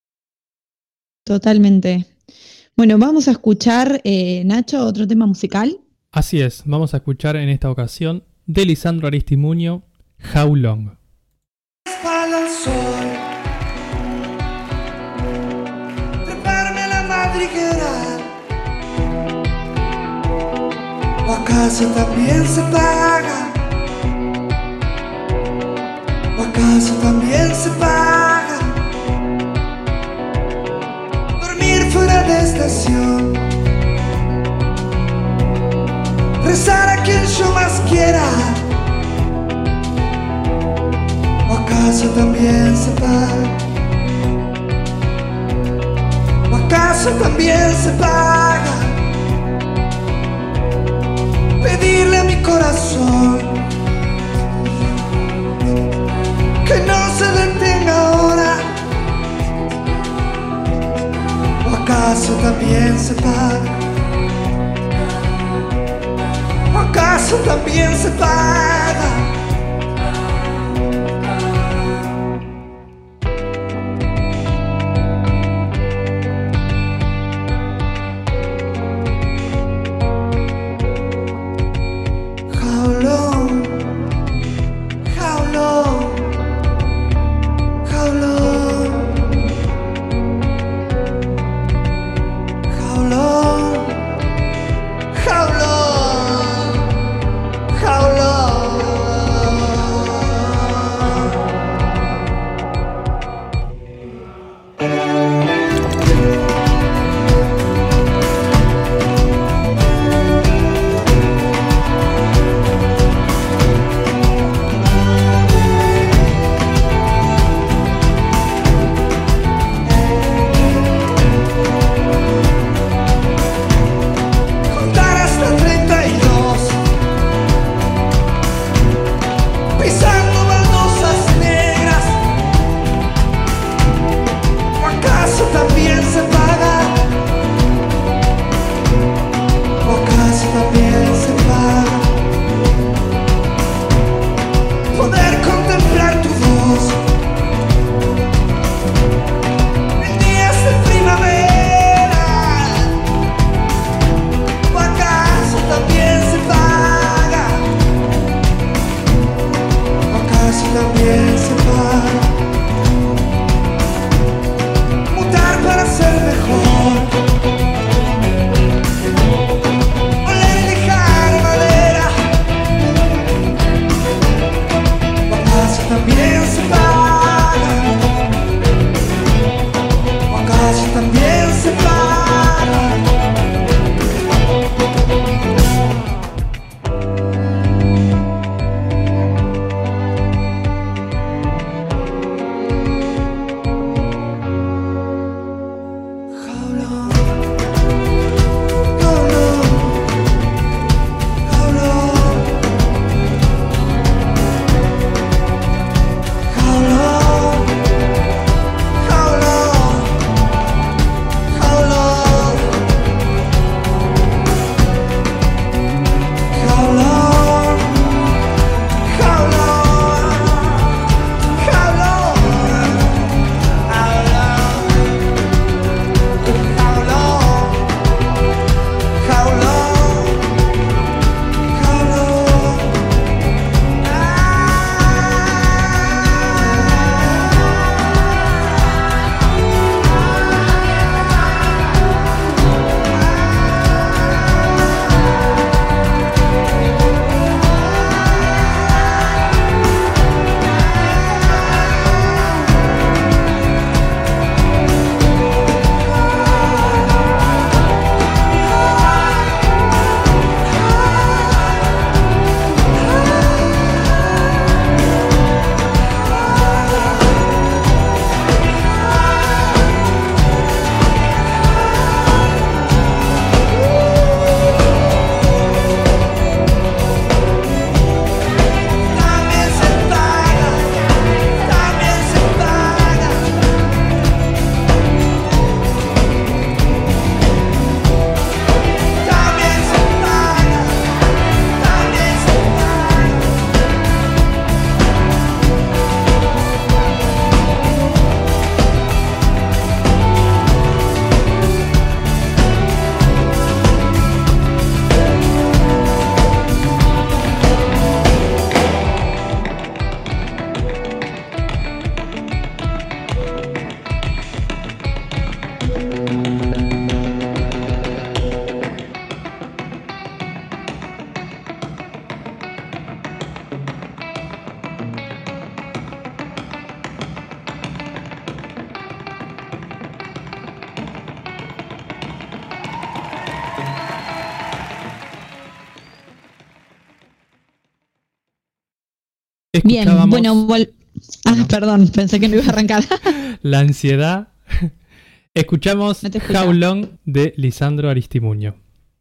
Totalmente. Bueno, vamos a escuchar, eh, Nacho, otro tema musical. Así es, vamos a escuchar en esta ocasión de Lisandro Aristimuño, How Long. Al sol, treparme a la madriguera, ¿o acaso también se paga? ¿O acaso también se paga? estación, rezar a quien yo más quiera. ¿O acaso también se paga? ¿O acaso también se paga? Pedirle a mi corazón que no se detenga ahora. ¿O acaso también se paga? ¿O acaso también se paga? How long? Bien, Escuchábamos bueno, vol- ah, perdón, pensé que no iba a arrancar. La ansiedad. Escuchamos No te escuchaba. How Long de Lisandro Aristimuño.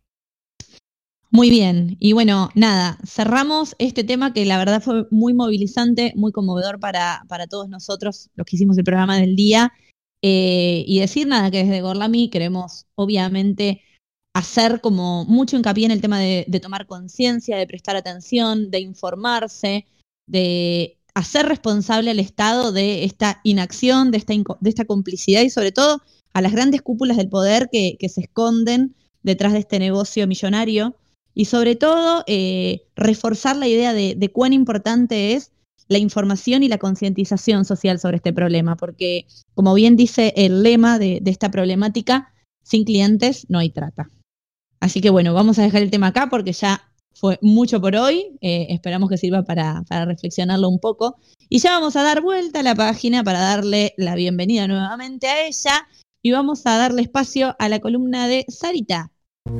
Muy bien, y bueno, nada, cerramos este tema que la verdad fue muy movilizante, muy conmovedor para, para todos nosotros, los que hicimos el programa del día, eh, y decir nada, que desde Gorlami queremos obviamente hacer como mucho hincapié en el tema de, de tomar conciencia, de prestar atención, de informarse, de hacer responsable al Estado de esta inacción, de esta, inco- de esta complicidad y sobre todo a las grandes cúpulas del poder que, que se esconden detrás de este negocio millonario. Y sobre todo, eh, reforzar la idea de, de cuán importante es la información y la concientización social sobre este problema, porque, como bien dice el lema de, de esta problemática, sin clientes no hay trata. Así que bueno, vamos a dejar el tema acá porque ya fue mucho por hoy. Eh, esperamos que sirva para, para reflexionarlo un poco. Y ya vamos a dar vuelta a la página para darle la bienvenida nuevamente a ella y vamos a darle espacio a la columna de Sarita.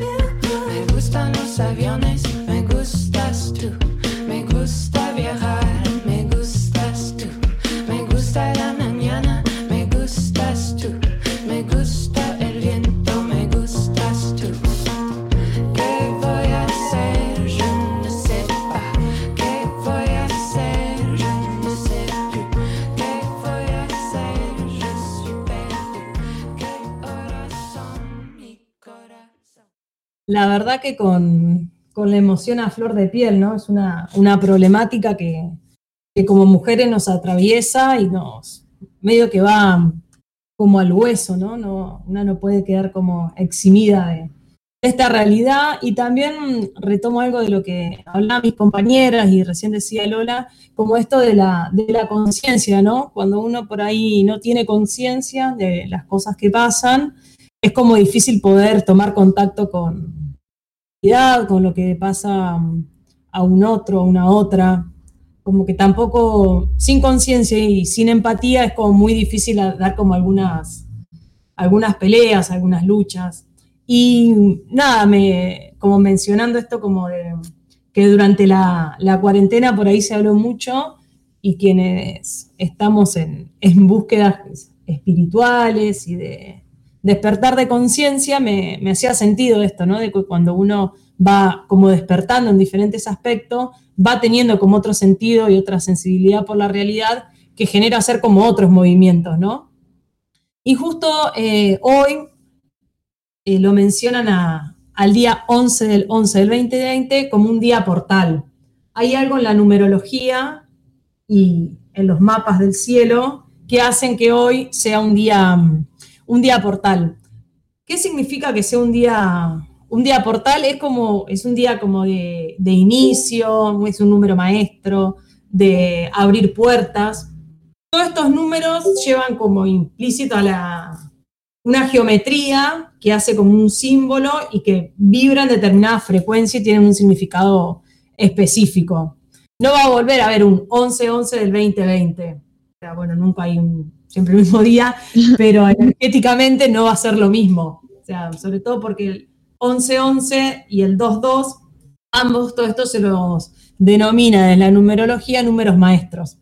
Me gustan los aviones, me gustas tú. Me gusta viajar, me gustas tú. Me gusta la mañana, me gustas tú. Me gusta el viento, me gustas tú. ¿Qué voy a hacer? Je ne sais pas. ¿Qué voy a hacer? Je ne sais plus. ¿Qué voy a hacer? Je suis perdu. ¿Qué horas son mi corazón? La verdad que con, con la emoción a flor de piel, ¿no? Es una, una problemática que, que como mujeres nos atraviesa y nos medio que va como al hueso, ¿no? No, una no puede quedar como eximida de, de esta realidad. Y también retomo algo de lo que hablaban mis compañeras y recién decía Lola, como esto de la, de la conciencia, ¿no? Cuando uno por ahí no tiene conciencia de las cosas que pasan, es como difícil poder tomar contacto con con lo que pasa a un otro, a una otra, como que tampoco, sin conciencia y sin empatía, es como muy difícil dar como algunas, algunas peleas, algunas luchas. Y nada, me, como mencionando esto como de que durante la, la cuarentena por ahí se habló mucho y quienes estamos en, en búsquedas espirituales y de despertar de conciencia, me, me hacía sentido esto, ¿no? De que cuando uno va como despertando en diferentes aspectos, va teniendo como otro sentido y otra sensibilidad por la realidad que genera hacer como otros movimientos, ¿no? Y justo eh, hoy eh, lo mencionan a, al día once del once del veinte veinte como un día portal. Hay algo en la numerología y en los mapas del cielo que hacen que hoy sea un día... un día portal. ¿Qué significa que sea un día, un día portal? Es como, es un día como de, de inicio, es un número maestro, de abrir puertas. Todos estos números llevan como implícito a la, una geometría que hace como un símbolo y que vibra en determinada frecuencia y tienen un significado específico. No va a volver a haber un once once del veinte veinte. O sea, bueno, nunca hay un... siempre el mismo día, pero energéticamente no va a ser lo mismo. O sea, sobre todo porque el once once y el dos dos, ambos, todo esto se los denomina en la numerología números maestros.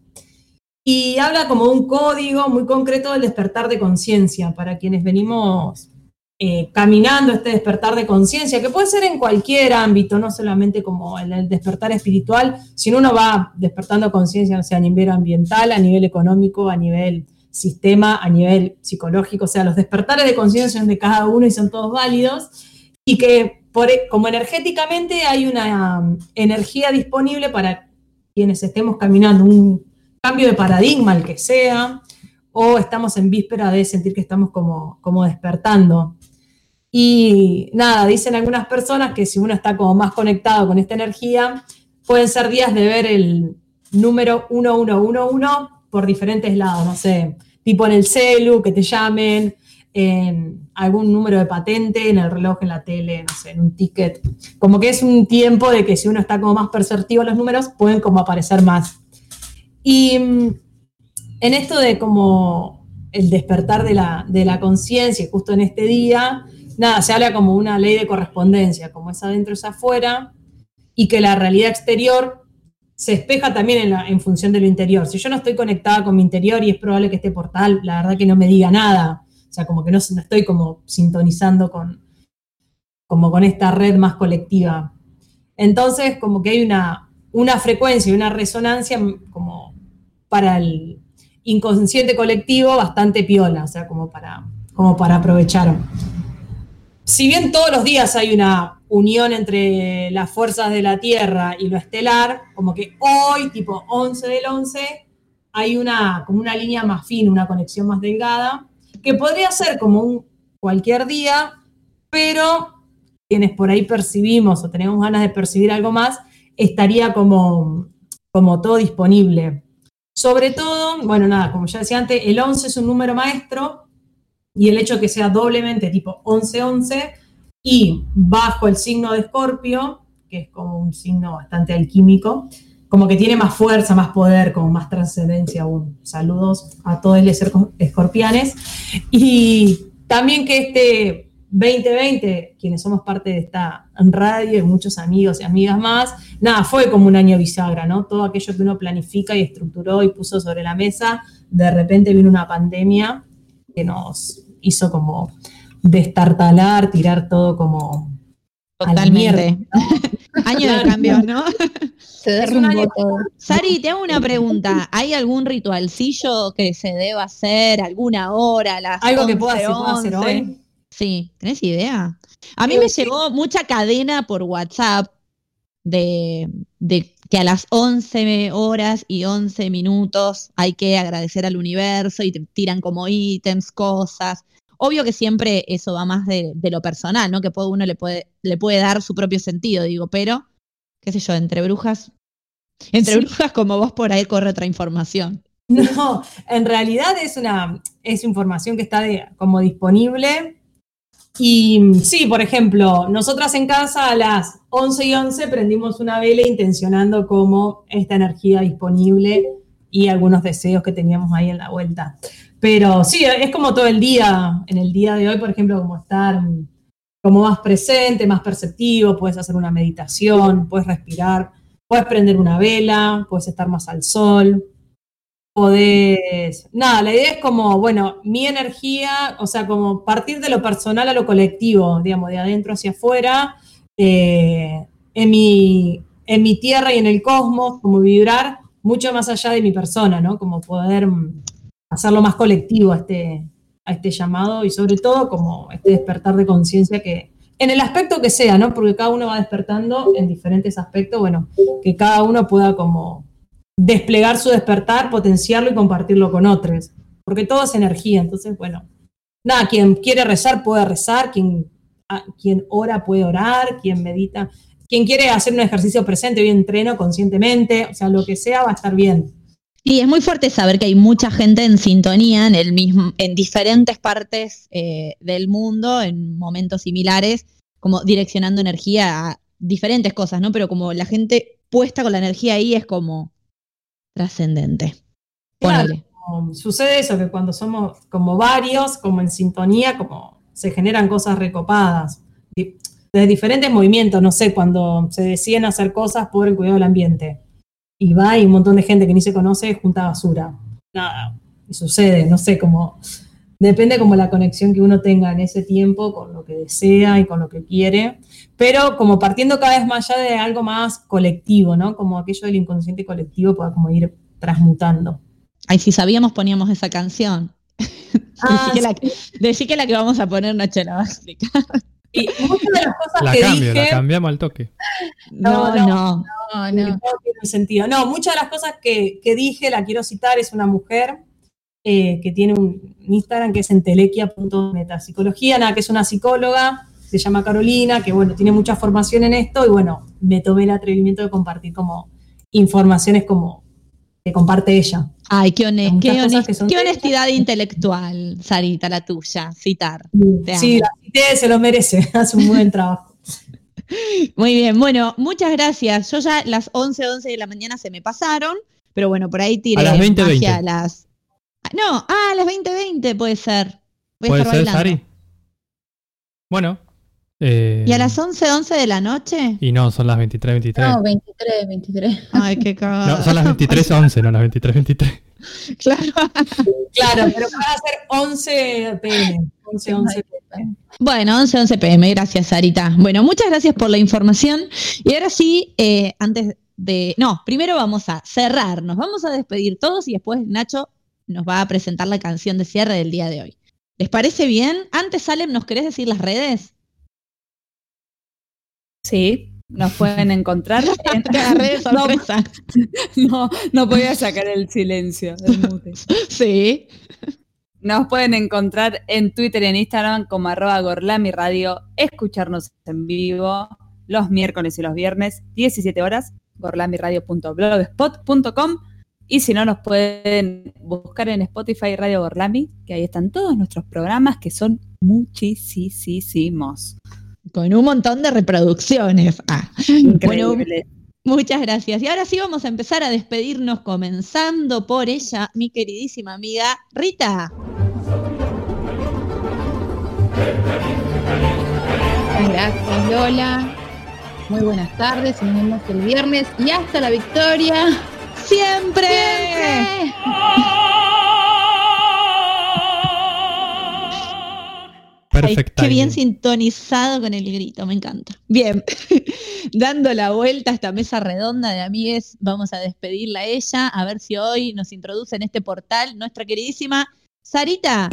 Y habla como un código muy concreto del despertar de conciencia, para quienes venimos eh, caminando este despertar de conciencia, que puede ser en cualquier ámbito, no solamente como el, el despertar espiritual, sino uno va despertando conciencia, o sea, a nivel ambiental, a nivel económico, a nivel sistema, a nivel psicológico, o sea, los despertares de conciencia son de cada uno y son todos válidos, y que por, como energéticamente hay una um, energía disponible para quienes estemos caminando un cambio de paradigma, el que sea, o estamos en víspera de sentir que estamos como, como despertando. Y nada, dicen algunas personas que si uno está como más conectado con esta energía, pueden ser días de ver el número uno uno uno uno por diferentes lados, no sé, tipo en el celu, que te llamen, en algún número de patente, en el reloj, en la tele, no sé, en un ticket. Como que es un tiempo de que si uno está como más perceptivo a los números, pueden como aparecer más. Y en esto de como el despertar de la, de la conciencia, justo en este día, nada, se habla como una ley de correspondencia, como es adentro es afuera, y que la realidad exterior se espeja también en, la, en función de lo interior. Si yo no estoy conectada con mi interior y es probable que este portal, la verdad que no me diga nada. O sea, como que no, no estoy como sintonizando con, como con esta red más colectiva. Entonces, como que hay una, una frecuencia y una resonancia como para el inconsciente colectivo bastante piola, o sea, como para, como para aprovechar. Si bien todos los días hay una unión entre las fuerzas de la Tierra y lo estelar, como que hoy, tipo once del once, hay una, como una línea más fina, una conexión más delgada, que podría ser como un cualquier día, pero quienes por ahí percibimos o tenemos ganas de percibir algo más, estaría como, como todo disponible. Sobre todo, bueno, nada, como ya decía antes, el once es un número maestro, y el hecho de que sea doblemente tipo once once y bajo el signo de Escorpio, que es como un signo bastante alquímico, como que tiene más fuerza, más poder, como más trascendencia aún. Saludos a todos los escorpianes. Y también que este veinte veinte, quienes somos parte de esta radio y muchos amigos y amigas más, nada, fue como un año bisagra, ¿no? Todo aquello que uno planifica y estructuró y puso sobre la mesa, de repente vino una pandemia que nos hizo como destartalar, tirar todo como totalmente. A la mierda, ¿no? Año de cambio, ¿no? Se derrumbó todo. Sari, te hago una pregunta. ¿Hay algún ritualcillo que se deba hacer alguna hora? A las ¿Algo once, que pueda hacer, pueda hacer hoy? Sí, ¿tenés idea? A mí Creo me que llegó mucha cadena por WhatsApp de, de que a las once horas y once minutos hay que agradecer al universo y te tiran como ítems, cosas. Obvio que siempre eso va más de, de lo personal, ¿no? Que uno le puede, le puede dar su propio sentido, digo, pero, qué sé yo, entre brujas, entre Sí. brujas como vos por ahí corre otra información. No, en realidad es una es información que está de- como disponible. Y sí, por ejemplo, nosotras en casa a las once y once prendimos una vela intencionando como esta energía disponible y algunos deseos que teníamos ahí en la vuelta. Pero sí, es como todo el día, en el día de hoy, por ejemplo, como estar como más presente, más perceptivo, puedes hacer una meditación, puedes respirar, puedes prender una vela, puedes estar más al sol. Podés, nada, la idea es como, bueno, mi energía, o sea, como partir de lo personal a lo colectivo, digamos, de adentro hacia afuera, eh, en, mi, en mi tierra y en el cosmos, como vibrar mucho más allá de mi persona, ¿no? Como poder mm, hacerlo más colectivo a este, a este llamado y sobre todo como este despertar de conciencia que, en el aspecto que sea, ¿no? Porque cada uno va despertando en diferentes aspectos, bueno, que cada uno pueda como desplegar su despertar, potenciarlo y compartirlo con otros, porque todo es energía. Entonces, bueno, nada, quien quiere rezar puede rezar, quien, a, quien ora puede orar, quien medita, quien quiere hacer un ejercicio presente, hoy entreno conscientemente, o sea, lo que sea va a estar bien. Y es muy fuerte saber que hay mucha gente en sintonía en el mismo, en diferentes partes eh, del mundo, en momentos similares, como direccionando energía a diferentes cosas, ¿no? Pero como la gente puesta con la energía ahí es como trascendente. Claro, Ponele. como sucede eso, que cuando somos como varios, como en sintonía, como se generan cosas recopadas. Di- Desde diferentes movimientos, no sé, cuando se deciden hacer cosas por el cuidado del ambiente. Y va y un montón de gente que ni se conoce junta basura. Nada, y sucede, no sé, como depende como la conexión que uno tenga en ese tiempo con lo que desea y con lo que quiere, pero como partiendo cada vez más allá de algo más colectivo, ¿no? Como aquello del inconsciente colectivo pueda como ir transmutando. Ay, si sabíamos poníamos esa canción. Ah, decí, que la, decí que la que vamos a poner Nacho la va a explicar. Y muchas de las cosas La que cambio, dije, la cambiamos al toque. No, No, no. No, no. no. tiene sentido. No, muchas de las cosas que, que dije, la quiero citar, es una mujer eh, que tiene un Instagram que es entelequia punto metapsicología, nada, que es una psicóloga, se llama Carolina, que bueno, tiene mucha formación en esto y bueno, me tomé el atrevimiento de compartir como informaciones como que comparte ella. Ay, qué, hone- Muchas qué, cosas honest- que son qué de ella. honestidad intelectual, Sarita, la tuya, citar. Te Sí, amo. la cité, se lo merece, hace un buen trabajo. Muy bien, bueno, muchas gracias. Yo ya las once, once de la mañana se me pasaron, pero bueno, por ahí tiré A las veinte, magia veinte. a las... No, ah, a las veinte veinte puede ser. Voy a ¿Puede estar ser, bailando. Sari? Bueno, Eh, ¿Y a las once, once de la noche? Y no, son las veintitrés, veintitrés. No, veintitrés, veintitrés. Ay, qué cagada. No, son las veintitrés once, no las veintitrés, veintitrés. Claro. Claro, pero van a ser once pe eme. once, once pe eme. Bueno, once, once pe eme, gracias Sarita. Bueno, muchas gracias por la información. Y ahora sí, eh, antes de... No, primero vamos a cerrar, nos vamos a despedir todos y después Nacho nos va a presentar la canción de cierre del día de hoy. ¿Les parece bien? Antes, Salem, ¿nos querés decir las redes? Sí, nos pueden encontrar en... Te agarré de sorpresa. No, no podía sacar el silencio, el mute. Sí. Nos pueden encontrar en Twitter y en Instagram como arroba Gorlami Radio, escucharnos en vivo los miércoles y los viernes, diecisiete horas, gorlamiradio punto blogspot punto com, y si no nos pueden buscar en Spotify Radio Gorlami, que ahí están todos nuestros programas, que son muchísimos. Con un montón de reproducciones. Ah. Bueno, Increíble. muchas gracias. Y ahora sí vamos a empezar a despedirnos, comenzando por ella, mi queridísima amiga Rita. Muchas gracias, Lola. Muy buenas tardes, nos vemos el viernes y hasta la victoria. ¡Siempre! ¡Siempre! Perfecto. Ay, qué bien sintonizado con el grito, me encanta. Bien, dando la vuelta a esta mesa redonda de amigues, vamos a despedirla a ella, a ver si hoy nos introduce en este portal nuestra queridísima Sarita.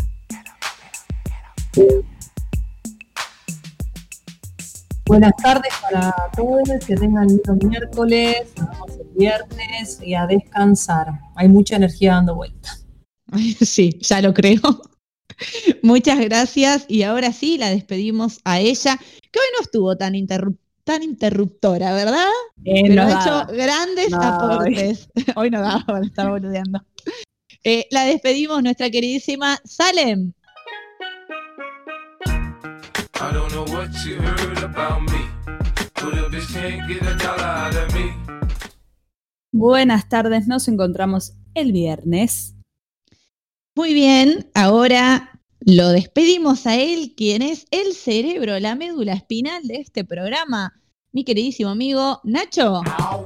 Buenas tardes para todos, que tengan lindo miércoles, nos vemos el viernes y a descansar. Hay mucha energía dando vuelta. Ay, sí, ya lo creo. Muchas gracias y ahora sí la despedimos a ella, que hoy no estuvo tan, interrup- tan interruptora, ¿verdad? Eh, Pero no ha daba. hecho grandes No, aportes. Hoy no daba para estar boludeando. Eh, la despedimos nuestra queridísima Salem. I don't know what you heard about me, but a bitch can't get a dollar out of me. Buenas tardes, nos encontramos el viernes. Muy bien, ahora lo despedimos a él, quien es el cerebro, la médula espinal de este programa, mi queridísimo amigo Nacho.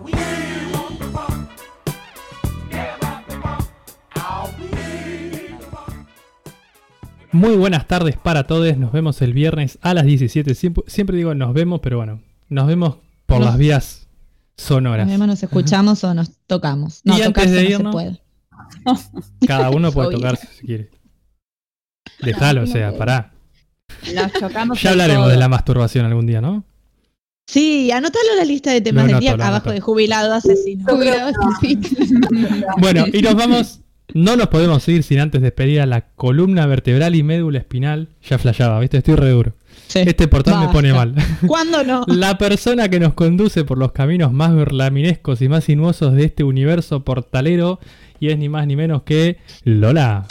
Muy buenas tardes para todos. Nos vemos el viernes a las diecisiete. Siempre, siempre digo nos vemos, pero bueno, nos vemos por Nos- las vías sonoras. Nos vemos, nos escuchamos o nos tocamos. No, Y antes tocarse de no se irnos, puede. Cada uno puede Obvio. tocarse si quiere. Déjalo, o sea, pará. Nos chocamos. Ya en hablaremos todo. de la masturbación algún día, ¿no? Sí, anótalo en la lista de temas Lo del anoto, día, lo abajo anoto. de jubilado asesino. Jubilado, sí. Bueno, y nos vamos. No nos podemos ir sin antes despedir a la columna vertebral y médula espinal. Ya flasheaba, ¿viste? Estoy re duro. Sí. Este portal me Basta. pone mal. ¿Cuándo no? La persona que nos conduce por los caminos más berlaminescos y más sinuosos de este universo portalero, y es ni más ni menos que Lola.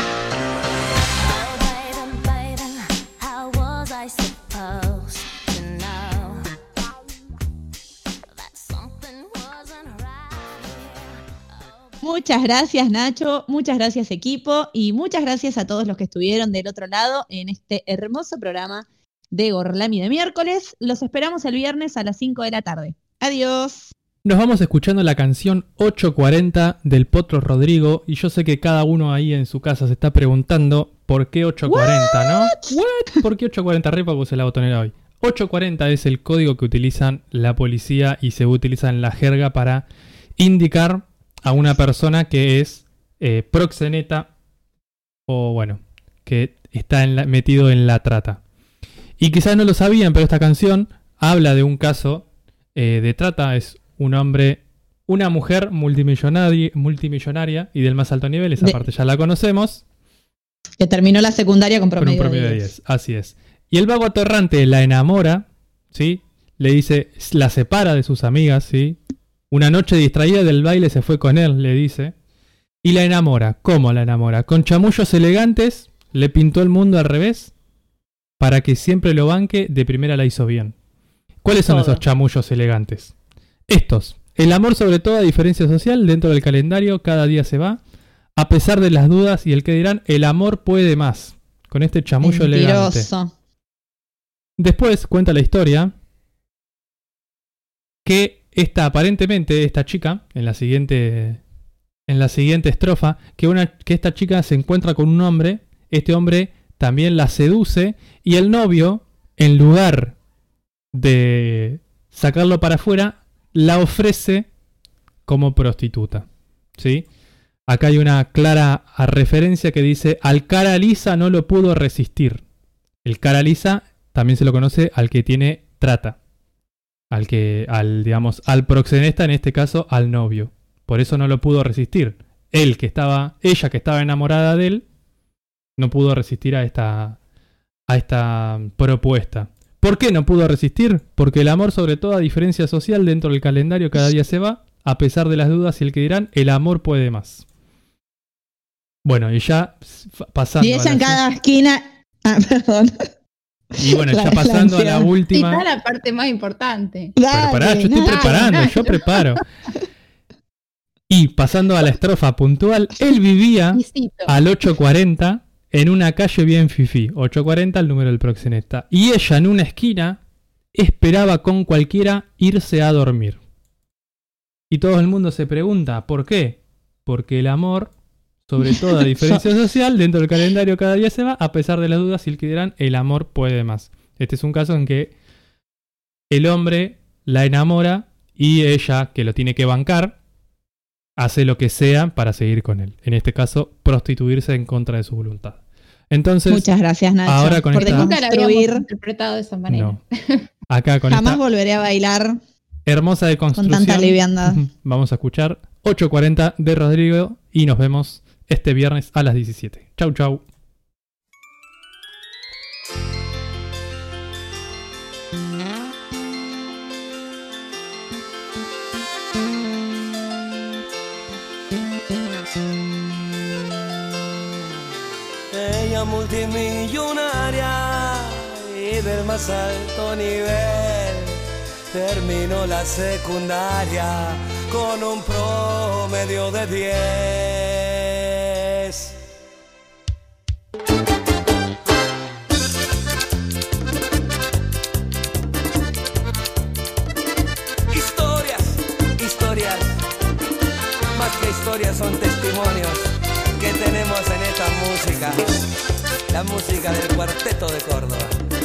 Muchas gracias Nacho, muchas gracias equipo y muchas gracias a todos los que estuvieron del otro lado en este hermoso programa de Gorlami de miércoles. Los esperamos el viernes a las cinco de la tarde. Adiós. Nos vamos escuchando la canción ocho cuarenta del Potro Rodrigo, y yo sé que cada uno ahí en su casa se está preguntando por qué ocho cuarenta, ¿no? What? ¿Por qué ocho cuarenta? Re puse la botonera hoy. ocho cuarenta es el código que utilizan la policía y se utiliza en la jerga para indicar a una persona que es eh, proxeneta o, bueno, que está en la- metido en la trata. Y quizás no lo sabían, pero esta canción habla de un caso eh, de trata. Es un hombre, una mujer multimillonaria, multimillonaria y del más alto nivel, esa De- parte ya la conocemos, Que terminó la secundaria con con promedio, un promedio de de diez. diez. Así es. Y el vago atorrante la enamora, ¿sí? Le dice, la separa de sus amigas, ¿sí? Una noche distraída del baile se fue con él, le dice. Y la enamora. ¿Cómo la enamora? Con chamullos elegantes, le pintó el mundo al revés para que siempre lo banque, de primera la hizo bien. ¿Cuáles son Todo. esos chamullos elegantes? Estos. El amor sobre toda diferencia social dentro del calendario, cada día se va. A pesar de las dudas y el que dirán, el amor puede más. Con este chamullo elegante. Mentiroso. Después cuenta la historia que esta, aparentemente, esta chica, en la siguiente, en la siguiente estrofa, que, una, que esta chica se encuentra con un hombre, este hombre también la seduce y el novio, en lugar de sacarlo para afuera, la ofrece como prostituta, ¿sí? Acá hay una clara referencia que dice: al cara lisa no lo pudo resistir. El cara lisa también se lo conoce al que tiene trata. Al que, al, digamos, al proxeneta, en este caso, al novio. Por eso no lo pudo resistir. Él que estaba, ella que estaba enamorada de él, no pudo resistir a esta, a esta propuesta. ¿Por qué no pudo resistir? Porque el amor, sobre toda diferencia social dentro del calendario, cada día se va. A pesar de las dudas y el que dirán, el amor puede más. Bueno, y ya pasando Y ella a la en cada esquina... Ah, perdón. Y bueno, La- ya la pasando a la anciana. Y última... está la parte más importante. Pero pará, yo estoy Dale, preparando, yo preparo. Y pasando a la estrofa puntual, él vivía Visito. al ocho cuarenta en una calle bien fifí. ocho cuarenta el número del proxeneta. Y ella en una esquina esperaba con cualquiera irse a dormir. Y todo el mundo se pregunta, ¿por qué? Porque el amor, sobre toda diferencia social, dentro del calendario cada día se va, a pesar de las dudas y el que dirán, el amor puede más. Este es un caso en que el hombre la enamora y ella, que lo tiene que bancar, hace lo que sea para seguir con él. En este caso, prostituirse en contra de su voluntad. Entonces, Muchas gracias, Nacho. ahora con por esta- Nunca la habíamos deconstruir. interpretado de esa manera. no. Acá con Jamás esta volveré a bailar hermosa con deconstrucción, tanta liviandad. vamos a escuchar ocho cuarenta de Rodrigo y nos vemos este viernes a las diecisiete. Chau, chau. Ella multimillonaria y del más alto nivel, terminó la secundaria con un promedio de diez. Historias, historias, más que historias son testimonios que tenemos en esta música, la música del Cuarteto de Córdoba.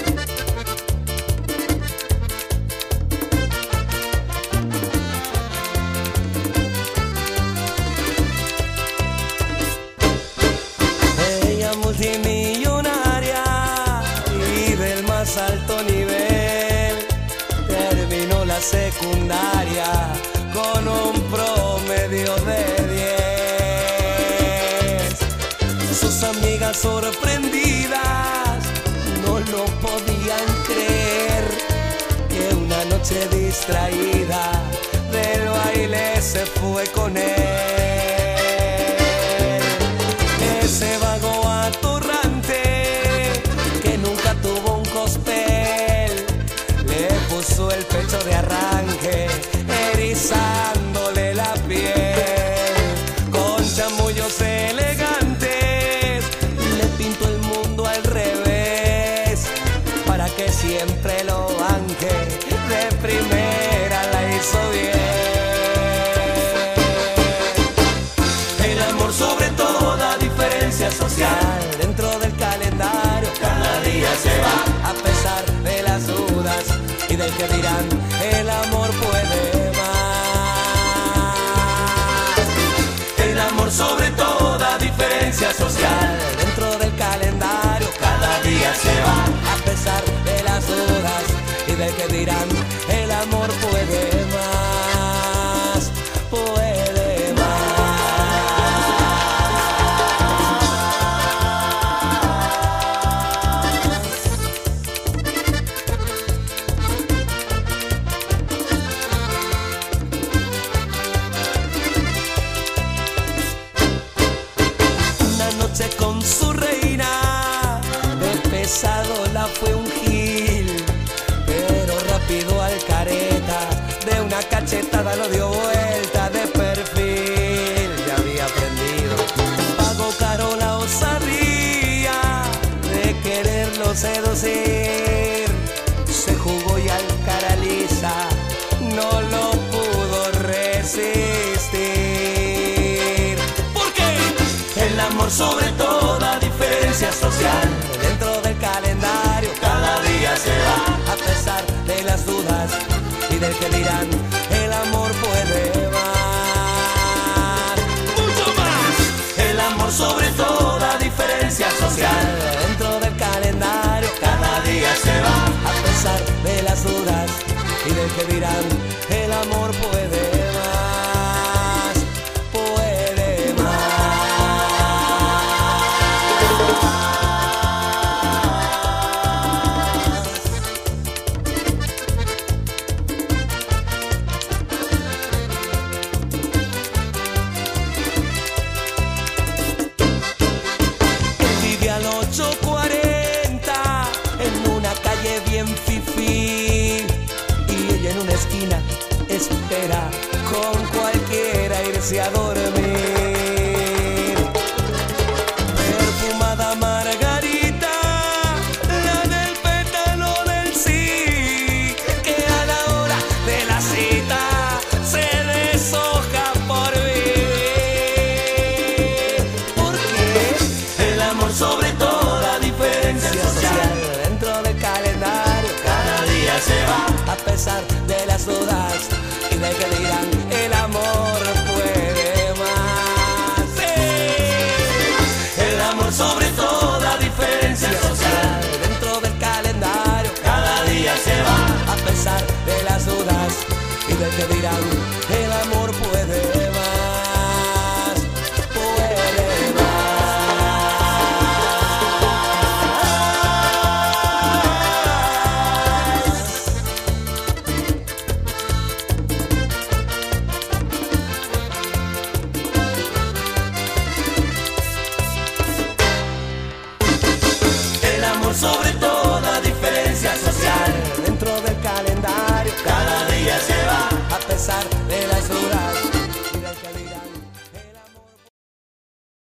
Ella multimillonaria y del más alto nivel, terminó la secundaria con un promedio de diez. Sus amigas sorprendidas no lo podían creer, que una noche distraída del baile se fue con él. Ese vago atorrante que nunca tuvo un cospel, le puso el pecho de arranque, erizándole la piel. Con chamullos elegantes le pintó el mundo al revés, para que siempre lo banque, de primera la hizo bien. El amor sobre toda diferencia social, dentro del calendario cada día se va, a pesar de las dudas y del que dirán, el amor puede más. El amor sobre toda diferencia social, dentro del calendario cada día se va, a pesar de las dudas y del que dirán, el amor puede más, puede más. Una noche con su reina, de pesado la fue un gil, pero rápido al careta, de una cachetada lo dio vuelta de perfil. Ya había aprendido, pagó caro la osadía de quererlo seducir, amor sobre toda diferencia social. Dentro del calendario cada día se va, a pesar de las dudas y del que dirán, el amor puede más, mucho más. El amor sobre toda diferencia social. Dentro del calendario cada día se va, a pesar de las dudas y del que dirán, el amor puede más, puede Vive al ocho cuarenta en una calle bien fifí, y ella en una esquina espera con cualquiera irse a dormir. Perfumada margarita, la del pétalo del sí, que a la hora de la cita se deshoja por vivir. Porque el amor sobre toda diferencia social. Dentro del calendario cada día se va, a pesar de las dudas y de que dirán, el amor puede más. Sí. El amor sobre toda diferencia social. Dentro del calendario cada día se va, a pesar de las dudas y de que dirán, el amor puede más, puede más. El amor sobre